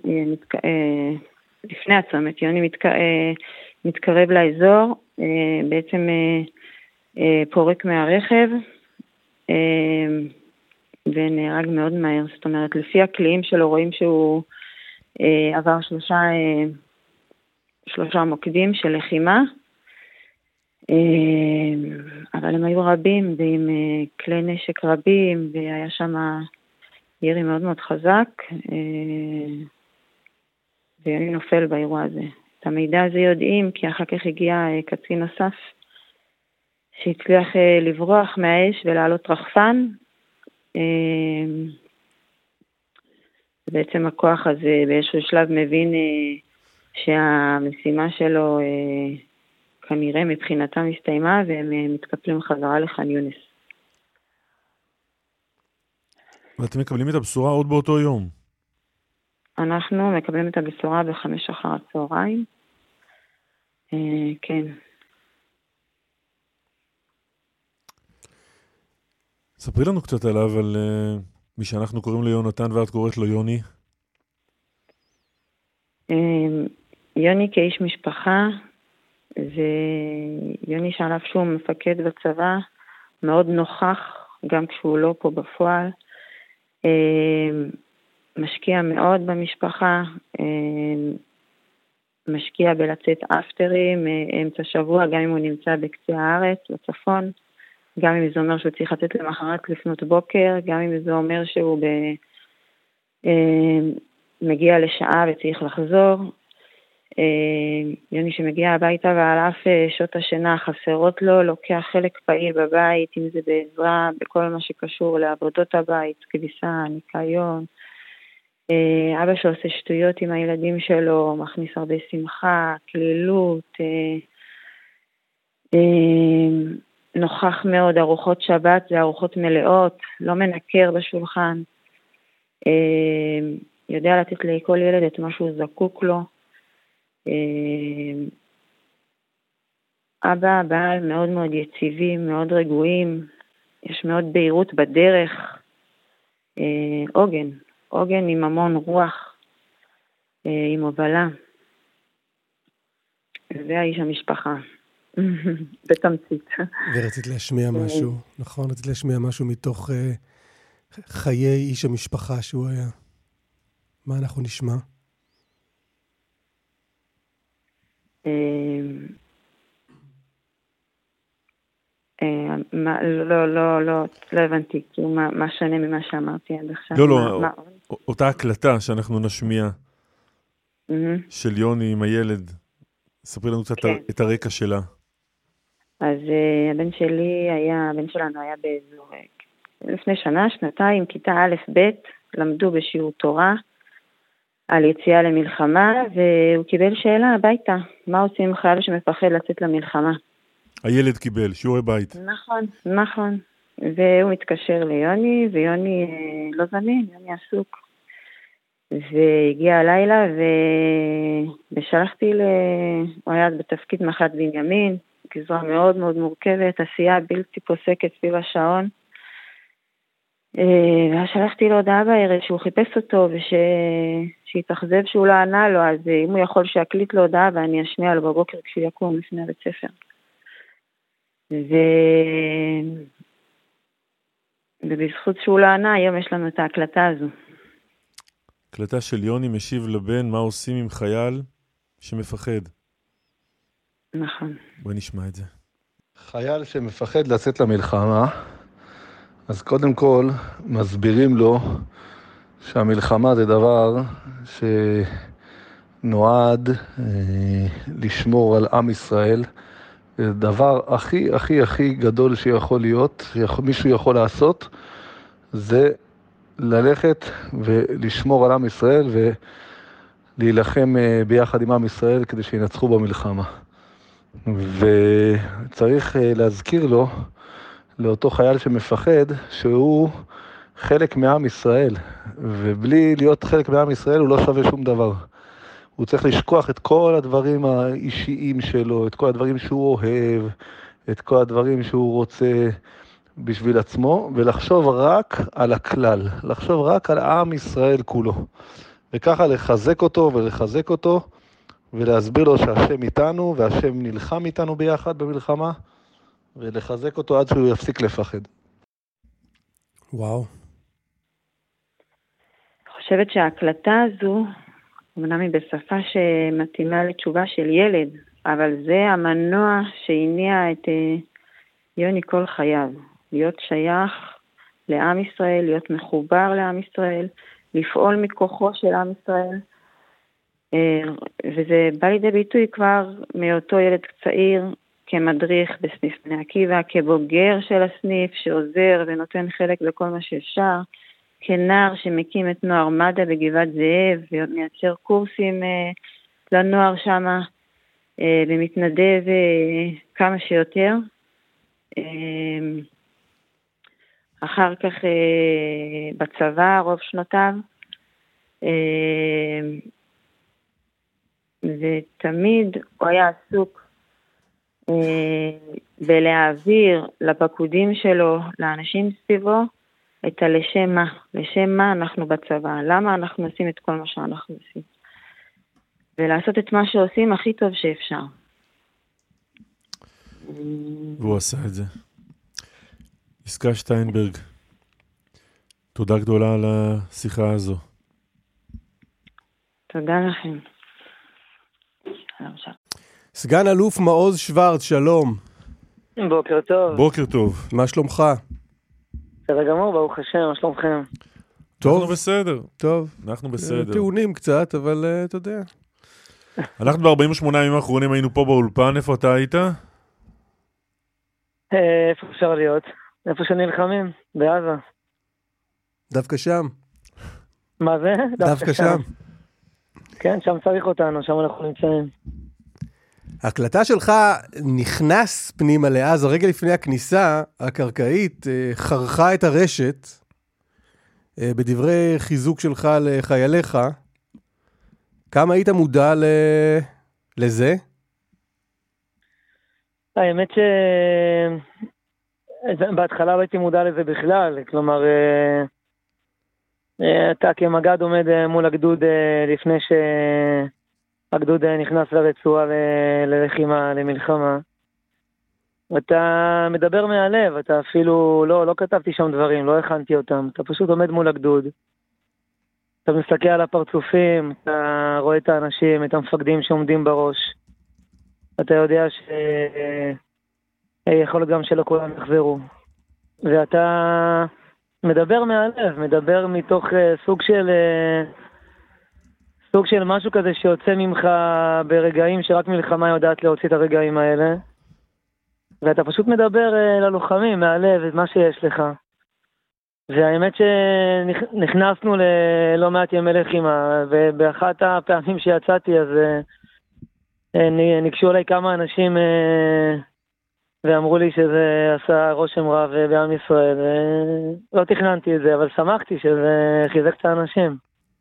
לפני הצומת, יוני מתקרב לאזור, בעצם פורק מהרכב, ונהרג מאוד מהר. זאת אומרת, לפי הכלים שלו רואים שהוא עבר 3 מוקדים של לחימה, אבל הם היו רבים ועם כלי נשק רבים, והיה שם ירי מאוד מאוד חזק, ויוני נופל באירוע הזה. את המידע הזה יודעים, כי אחר כך הגיע קצין נוסף, שהצליח לברוח מהאש ולעלות רחפן, בעצם הכוח הזה באיזשהו שלב מבין שהמשימה שלו כנראה מבחינתם הסתיימה, והם מתקפלים חזרה לח'אן יונס. ואתם מקבלים את הבשורה עוד באותו יום? אנחנו מקבלים את הבשורה ב5 אחר הצהריים. כן. ספרי לנו קצת עליו, על מי שאנחנו קוראים לו יונתן ואת קוראת לו יוני. יוני כאיש משפחה, זה יוני שעליו שהוא מפקד בצבא, מאוד נוכח, גם כשהוא לא פה בפועל. משקיע מאוד במשפחה, משקיע בלצאת אפטרים, אמצע שבוע, גם אם הוא נמצא בקצה הארץ, בצפון, גם אם זה אומר שהוא צריך לצאת למחרת לפנות בוקר, גם אם זה אומר שהוא מגיע לשעה וצריך לחזור. יוני שמגיע הביתה ועל אף שעות השינה חסרות לו, לוקח חלק פעיל בבית, אם זה בעזרה, בכל מה שקשור לעבודות הבית, כביסה, ניקיון. אבא שלו עושה שטויות עם הילדים שלו, מכניס הרבה שמחה, כלילות, נוכח מאוד, ארוחות שבת זה ארוחות מלאות, לא מנקר בשולחן, יודע לתת לכל ילד את מה שהוא זקוק לו. אבא, בעל מאוד מאוד יציבים, מאוד רגועים, יש מאוד בהירות בדרך, עוגן עם המון רוח, עם הובלה. זה האיש המשפחה, בתמצית. ורצית להשמיע משהו, נכון? רצית להשמיע משהו מתוך חיי איש המשפחה שהוא היה. מה אנחנו נשמע? לא הבנתי, מה שונה ממה שאמרתי עד עכשיו. לא, אותה הקלטה שאנחנו נשמיע של יוני עם הילד, ספרי לנו קצת את הרקע שלה. אז הבן שלנו היה באזור, לפני שנתיים, כיתה א' ב', למדו בשיעור תורה, על יציאה למלחמה, והוא קיבל שאלה הביתה, מה עושים עם חייל שמפחד לצאת למלחמה? הילד קיבל שיעורי בית. נכון. והוא מתקשר ליוני, ויוני לא זמין, יוני עסוק. והגיע הלילה, ושלחתי הוא היה בתפקיד מח"ט בנימין, גזרה מאוד מאוד מורכבת, עשייה בלתי פוסקת סביב השעון. ושלחתי לו הודעה בערב שהוא חיפש אותו ושהתאכזב שהוא לא ענה לו, אז אם הוא יכול שיקליט לו הודעה ואני אשמיע לו בבוקר כשהוא יקום לפני בית ספר. ובזכות שהוא לא ענה, היום יש לנו את ההקלטה הזו. הקלטה של יוני משיב לבן מה עושים עם חייל שמפחד. נכון. בואי נשמע את זה. חייל שמפחד לצאת למלחמה, אז קודם כל מסבירים לו שהמלחמה זה דבר שנועד לשמור על עם ישראל. זה דבר הכי גדול שיכול להיות, שמישהו יכול לעשות, זה ללכת ולשמור על עם ישראל ולהילחם ביחד עם עם ישראל כדי שינצחו במלחמה. וצריך להזכיר לו, לאותו חייל שמפחד, שהוא חלק מעם ישראל, ובלי להיות חלק מעם ישראל הוא לא שווה שום דבר. הוא צריך לשכוח את כל הדברים האישיים שלו, את כל הדברים שהוא אוהב, את כל הדברים שהוא רוצה בשביל עצמו, ולחשוב רק על הכלל, לחשוב רק על עם ישראל כולו. וככה לחזק אותו ולהסביר לו שהשם איתנו, והשם נלחם איתנו ביחד במלחמה, ולחזק אותו עד שהוא יפסיק לפחד. וואו. אני חושבת שההקלטה הזו, אמנם היא בשפה שמתאימה לתשובה של ילד, אבל זה המנוע שהניע את יוני כל חייו. להיות שייך לעם ישראל, להיות מחובר לעם ישראל, לפעול מכוחו של עם ישראל. וזה בא לידי ביטוי כבר מאותו ילד צעיר, כמדריך בסניף בני עקיבא, כבוגר של הסניף שעוזר ונותן חלק בכל מה שאפשר, כנער שמקים את נוער מד"א בגבעת זאב, ומייצר קורסים לנוער שם, ומתנדב כמה שיותר. אחר כך בצבא, רוב שנותיו, ותמיד הוא היה עסוק בלהעביר לפקודים שלו, לאנשים סביבו, את הלשם מה. לשם מה אנחנו בצבא, למה אנחנו עושים את כל מה שאנחנו עושים. ולעשות את מה שעושים הכי טוב שאפשר. והוא עשה את זה. יסכה שטיינברג, תודה גדולה על השיחה הזו. תודה לכם. סגן אלוף מעוז שוורץ, שלום. בוקר טוב. בוקר טוב. מה שלומך? בסדר גמור, ברוך השם, מה שלומכם? טוב. אנחנו בסדר. טוב. אנחנו בסדר. טעונים קצת, אבל אתה יודע. אנחנו ב-48 ימים האחרונים היינו פה באולפן, איפה אתה היית? איפה אפשר להיות? איפה שנלחמים, בעזה. דווקא שם. מה זה? דווקא שם. כן, שם צריך אותנו, שם אנחנו נמצאים. ההקלטה שלך נכנס פנימה לעזה, רגע לפני הכניסה הקרקעית חרכה את הרשת בדברי חיזוק שלך לחייליך. כמה היית מודע לזה? האמת בהתחלה לא הייתי מודע לזה בכלל, כלומר אתה כמג"ד עומד מול הגדוד לפני שהגדוד נכנס לרצועה ללחימה, למלחמה. אתה מדבר מהלב, אתה אפילו לא כתבתי שם דברים, לא הכנתי אותם, אתה פשוט עומד מול הגדוד. אתה מסתכל על הפרצופים, אתה רואה את האנשים, את המפקדים שעומדים בראש. אתה יודע שיכול להיות גם שלא כולם יחזרו. ואתה מדבר מהלב, מדבר מתוך סוג של משהו כזה שיוצא ממך ברגעים שרק מלחמה יודעת להוציא את הרגעים האלה. ואתה פשוט מדבר ללוחמים מהלב את מה שיש לך. והאמת שנכנסנו ללא מעט ימי לחימה, ובאחת הפעמים שיצאתי אז ניגשו אליי כמה אנשים ואמרו לי שזה עשה רושם רב בעם ישראל. לא תכננתי את זה, אבל שמחתי שזה חיזק את האנשים.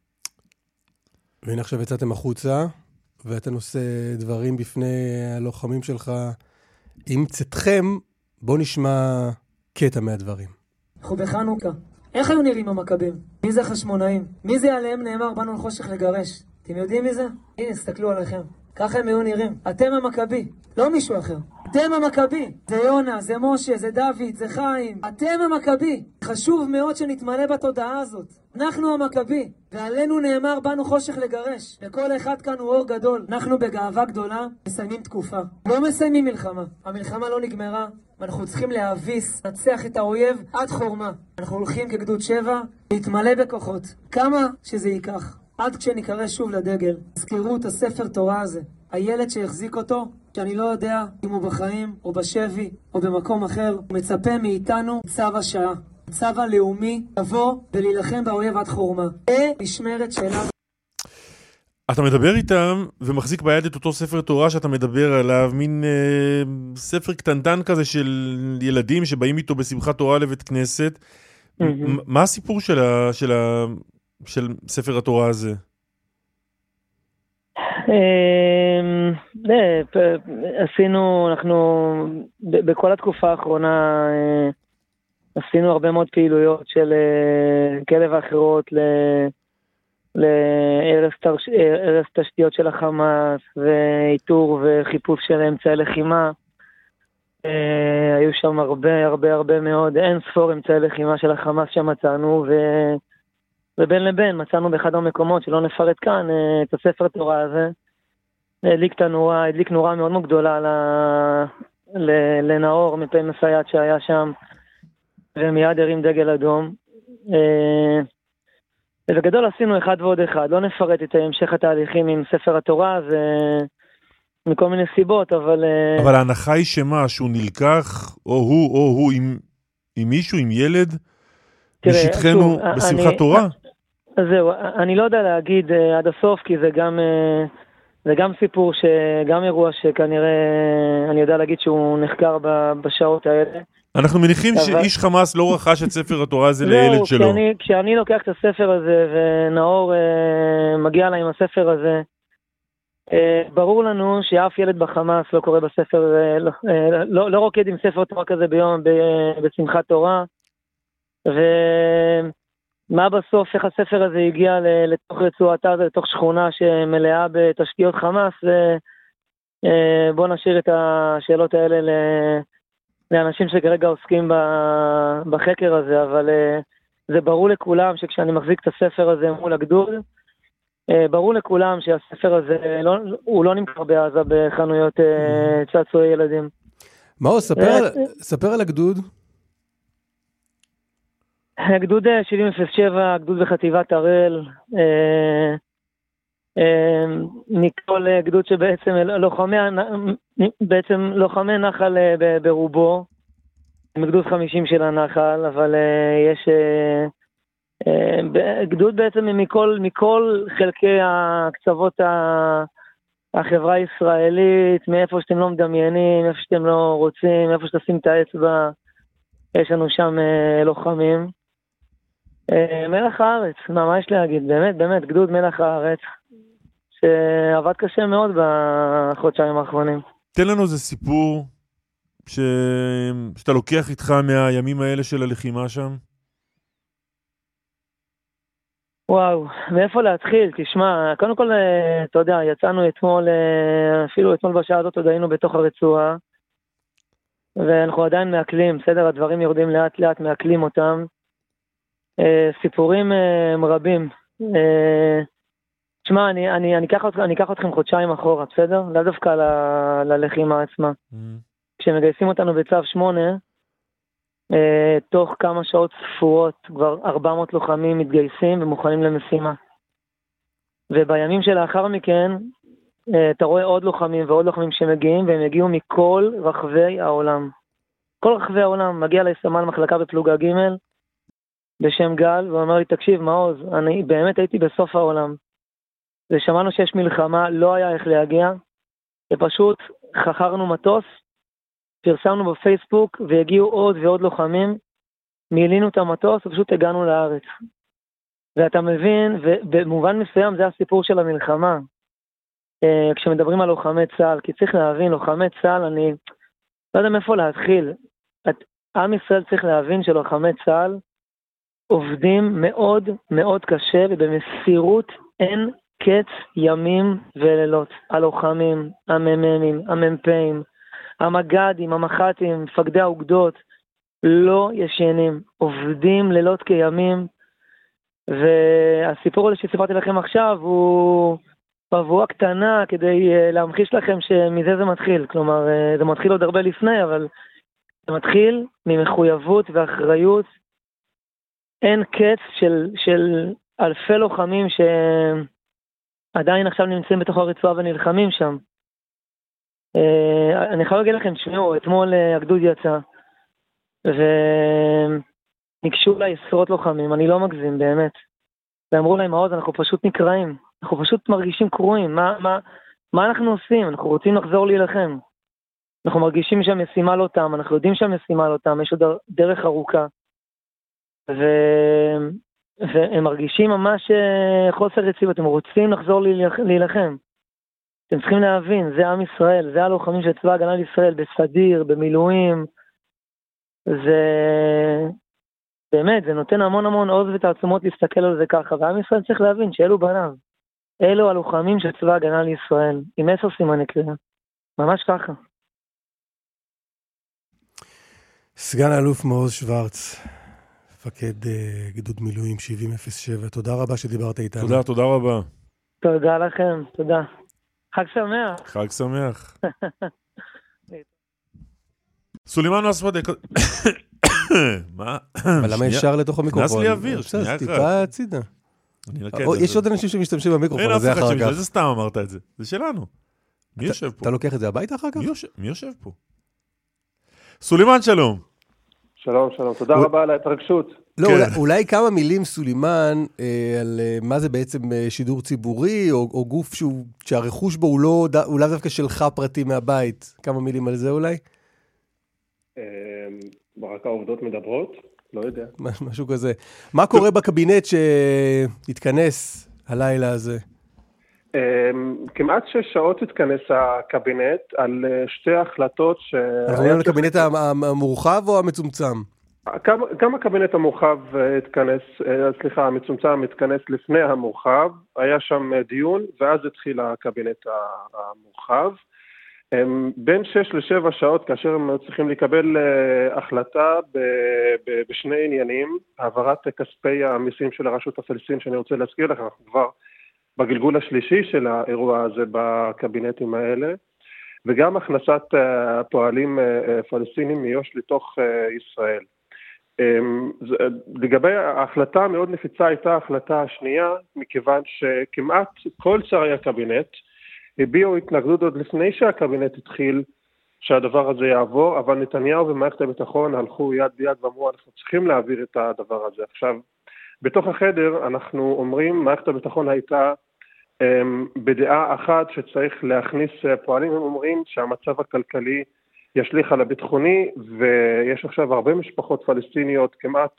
והנה עכשיו יצאתם החוצה, ואתה נושא דברים בפני הלוחמים שלך. עם צאתכם, בוא נשמע קטע מהדברים. אנחנו בחנוכה. איך היו נראים המכבים? מי זה חשמונאים? מי זה עליהם נאמר באנו לחושך לגרש? אתם יודעים מי זה? הנה, תסתכלו עליכם. ככה הם היו נראים. אתם המכבי, לא מישהו אחר. אתם המכבי. זה יונה, זה משה, זה דוד, זה חיים. אתם המכבי. חשוב מאוד שנתמלא בתודעה הזאת. אנחנו המכבי, ועלינו נאמר באנו חושך לגרש. וכל אחד כאן הוא אור גדול. אנחנו בגאווה גדולה מסיימים תקופה. לא מסיימים מלחמה. המלחמה לא נגמרה. ואנחנו צריכים להביס, נצח את האויב עד חורמה. אנחנו הולכים כגדוד 7, להתמלא בכוחות. כמה שזה ייקח. עד כשנקרא שוב לדגל. זכרו את הספר תורה הזה. הילד שהחזיק אותו, שאני לא יודע אם הוא בחיים או בשבי או במקום אחר, הוא מצפה מאיתנו צו השעה. צו הלאומי לבוא ולהילחם באויב עד חורמה. משמרת שלנו. אתה מדבר איתם ומחזיק ביד את אותו ספר תורה שאתה מדבר עליו, מין ספר קטנטן כזה של ילדים שבאים איתו בשמחת תורה לבית כנסת. מה הסיפור של ספר התורה הזה? אנחנו בכל התקופה האחרונה עשינו הרבה מאוד פעילויות של כאלה ואחרות להרס תשתיות של החמאס ואיתור וחיפוש של אמצעי לחימה. היו שם הרבה מאוד, אין ספור אמצעי לחימה של החמאס שמצאנו, ובין לבין מצאנו באחד המקומות שלא נפרט כאן את הספר תורה הזה. הדליק נורה מאוד מאוד גדולה לנאור מפי מסייעת שהיה שם, ומיד הרים דגל אדום. ובגדול עשינו אחד ועוד אחד, לא נפרט את המשך התהליכים עם ספר התורה, מכל מיני סיבות, אבל... אבל ההנחה היא שמה, שהוא נלקח, או הוא עם מישהו, עם ילד, לשטחנו בשמחת תורה? אז זהו, אני לא יודע להגיד עד הסוף, כי זה גם סיפור, גם אירוע שכנראה אני יודע להגיד שהוא נחקר בשעות האלה. אנחנו מניחים שאיש חמאס לא רכש את ספר התורה הזה לילד שלו. כשאני לוקח את הספר הזה, ונאור מגיע לה עם הספר הזה, ברור לנו שאף ילד בחמאס לא קורא בספר, לא רוקד עם ספר תורה כזה בשמחת תורה, ומה בסוף, איך הספר הזה הגיע לתוך רצועת עזה, לתוך שכונה שמלאה בתשתיות חמאס, ובוא נשאיר את השאלות האלה לאנשים שכרגע עוסקים בחקר הזה, אבל זה ברור לכולם שכשאני מחזיק את הספר הזה מול הגדוד, ברור לכולם שהספר הזה הוא לא נמכר בעזה בחנויות צעצועי ילדים. מאו, ספר על הגדוד. הגדוד 7007, הגדוד בחטיבת הראל, מכל גדוד שבעצם לוחמי נחל ברובו, מגדוד 50 של הנחל, אבל יש גדוד בעצם מכל חלקי הקצוות החברה הישראלית, מאיפה שאתם לא מדמיינים, איפה שאתם לא רוצים, איפה שתשים את האצבע, יש לנו שם לוחמים. מלח הארץ, מה יש להגיד? באמת, גדוד מלח הארץ, שעבד קשה מאוד בחודשיים האחרונים. תן לנו איזה סיפור שאתה לוקח איתך מהימים האלה של הלחימה שם. וואו, מאיפה להתחיל? תשמע, קודם כל, אתה יודע, יצאנו אתמול, אפילו אתמול בשעה הזאת עוד היינו בתוך הרצועה, ואנחנו עדיין מעכלים, בסדר? הדברים יורדים לאט לאט, מעכלים אותם. סיפורים רבים. תשמע, אני אקח אתכם חודשיים אחורה, בסדר? לא דווקא ללחימה עצמה. כשמגייסים אותנו בצו 8, תוך כמה שעות ספורות כבר 400 לוחמים מתגייסים ומוכנים למשימה. ובימים שלאחר מכן, אתה רואה עוד לוחמים ועוד לוחמים שמגיעים, והם יגיעו מכל רחבי העולם. כל רחבי העולם. מגיע לסמל מחלקה בפלוגה ג' בשם גל, ואומר לי, תקשיב מעוז, אני באמת הייתי בסוף העולם. ושמענו שיש מלחמה, לא היה איך להגיע, ופשוט חכרנו מטוס, פרסמנו בפייסבוק, והגיעו עוד ועוד לוחמים, מילינו את המטוס, ופשוט הגענו לארץ. ואתה מבין, ובמובן מסוים זה הסיפור של המלחמה, כשמדברים על לוחמי צה"ל, כי צריך להבין, לוחמי צה"ל, אני לא יודע מאיפה להתחיל. עם ישראל צריך להבין שלוחמי צה"ל עובדים מאוד מאוד קשה, ובמסירות אין קץ ימים ולילות. הלוחמים, המ"מים, המ"פים, המג"דים, המח"טים, מפקדי האוגדות, לא ישנים, עובדים לילות כימים, והסיפור הזה שסיפרתי לכם עכשיו הוא מבואה קטנה כדי להמחיש לכם שמזה זה מתחיל. כלומר, זה מתחיל עוד הרבה לפני, אבל זה מתחיל ממחויבות ואחריות. אין קץ של אלפי לוחמים שעדיין עכשיו נמצאים בתוך הרצועה ונלחמים שם. אני יכול להגיד לכם, תשמעו, אתמול הגדוד יצא, וניגשו לה עשרות לוחמים, אני לא מגזים באמת. ואמרו להם, מעוז, אנחנו פשוט נקראים, אנחנו פשוט מרגישים קרועים, מה אנחנו עושים? אנחנו רוצים לחזור להילחם. אנחנו מרגישים שהמשימה לא תם, אנחנו יודעים שהמשימה לא תם, יש עוד דרך ארוכה. והם מרגישים ממש חוסר יציבות, הם רוצים לחזור להילחם. אתם צריכים להבין, זה עם ישראל, זה הלוחמים של צבא הגנה לישראל, בסדיר, במילואים. זה באמת, זה נותן המון המון עוז ותעצומות להסתכל על זה ככה, ועם ישראל צריך להבין שאלו בניו, אלו הלוחמים של צבא הגנה לישראל, עם 10 סימני קריאה, ממש ככה. סגן אלוף מעוז שוורץ, מפקד גדוד מילואים 7007, תודה רבה שדיברת איתנו. תודה רבה. תודה לכם, תודה. חג שמח. חג שמח. סולימאן אספדק. מה? אבל למה ישר לתוך המיקרופון? נס לי אוויר, שנייה אחת. טיפה הצידה. יש עוד אנשים שמשתמשים במיקרופון הזה אחר כך. זה סתם אמרת את זה. זה שלנו. מי יושב פה? אתה לוקח את זה הביתה אחר כך? מי יושב פה? סולימאן, שלום. שלום, שלום. תודה רבה על ההתרגשות. לא, אולי כמה מילים, סולימן, על מה זה בעצם שידור ציבורי, או גוף שהרכוש בו הוא לא דווקא שלך פרטי מהבית. כמה מילים על זה אולי? רק העובדות מדברות? לא יודע. משהו כזה. מה קורה בקבינט שהתכנס הלילה הזה? כמעט 6 שעות התכנס הקבינט על 2 החלטות אנחנו רואים על הקבינט המורחב או המצומצם? גם הקבינט המורחב התכנס, סליחה, המצומצם התכנס לפני המורחב, היה שם דיון ואז התחיל הקבינט המורחב. בין 6 ל-7 שעות כאשר הם צריכים לקבל החלטה בשני עניינים, העברת כספי המיסים של הרשות הפלסטינית, שאני רוצה להזכיר לך, אנחנו כבר בגלגול השלישי של האירוע הזה בקבינטים האלה, וגם הכנסת פועלים פלסטינים מיו"ש לתוך ישראל. לגבי ההחלטה המאוד נפיצה הייתה ההחלטה השנייה, מכיוון שכמעט כל שרי הקבינט הביעו התנגדות עוד לפני שהקבינט התחיל שהדבר הזה יעבור, אבל נתניהו ומערכת הביטחון הלכו יד ביד ואמרו אנחנו צריכים להעביר את הדבר הזה. עכשיו, בתוך החדר אנחנו אומרים, מערכת הביטחון הייתה בדעה אחת שצריך להכניס פועלים, הם אומרים שהמצב הכלכלי ישליך על הביטחוני, ויש עכשיו הרבה משפחות פלסטיניות, כמעט,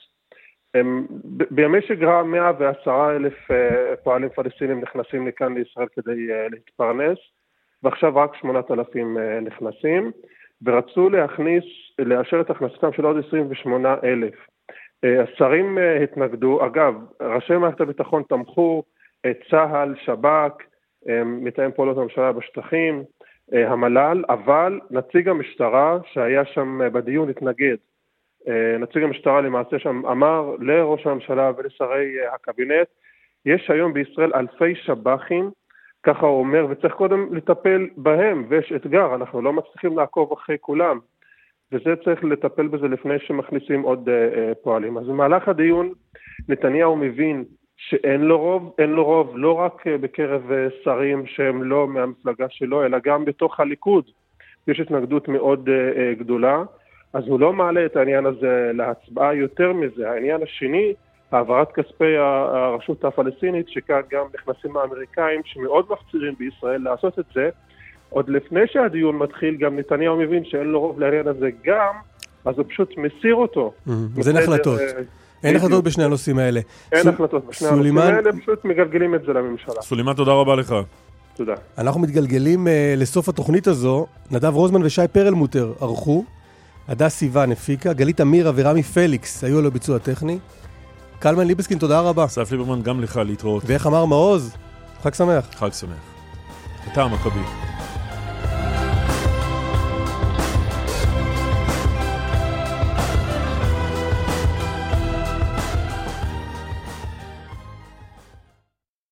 בימי שגרה 110,000 פועלים פלסטינים נכנסים לכאן לישראל כדי להתפרנס, ועכשיו רק 8,000 נכנסים, ורצו לאשר את הכנסתם של עוד 28,000. השרים התנגדו, אגב, ראשי מערכת הביטחון תמכו, צה"ל, שב"כ, מתאם פעולות הממשלה בשטחים, המל"ל, אבל נציג המשטרה שהיה שם בדיון התנגד. נציג המשטרה למעשה שם אמר לראש הממשלה ולשרי הקבינט, יש היום בישראל אלפי שב"חים, ככה הוא אומר, וצריך קודם לטפל בהם, ויש אתגר, אנחנו לא מצליחים לעקוב אחרי כולם, וזה צריך לטפל בזה לפני שמכניסים עוד פועלים. אז במהלך הדיון נתניהו מבין שאין לו רוב, לא רק בקרב שרים שהם לא מהמפלגה שלו, אלא גם בתוך הליכוד. יש התנגדות מאוד גדולה, אז הוא לא מעלה את העניין הזה להצבעה. יותר מזה, העניין השני, העברת כספי הרשות הפלסטינית, שכאן גם נכנסים האמריקאים שמאוד מפצירים בישראל לעשות את זה, עוד לפני שהדיון מתחיל, גם נתניהו מבין שאין לו רוב לעניין הזה גם, אז הוא פשוט מסיר אותו. אז אין החלטות. אין החלטות בשני הנושאים האלה. אין החלטות בשני הנושאים האלה, פשוט מגלגלים את זה לממשלה. סולימן, תודה רבה לך. תודה. אנחנו מתגלגלים לסוף התוכנית הזו. נדב רוזמן ושי פרלמוטר ערכו, הדס סיוון הפיקה, גלית אמירה ורמי פליקס היו לו ביצוע טכני. קלמן ליבסקין, תודה רבה. אסף ליברמן, גם לך להתראות. ואיך אמר מעוז? חג שמח. חג שמח. אתה המכבי.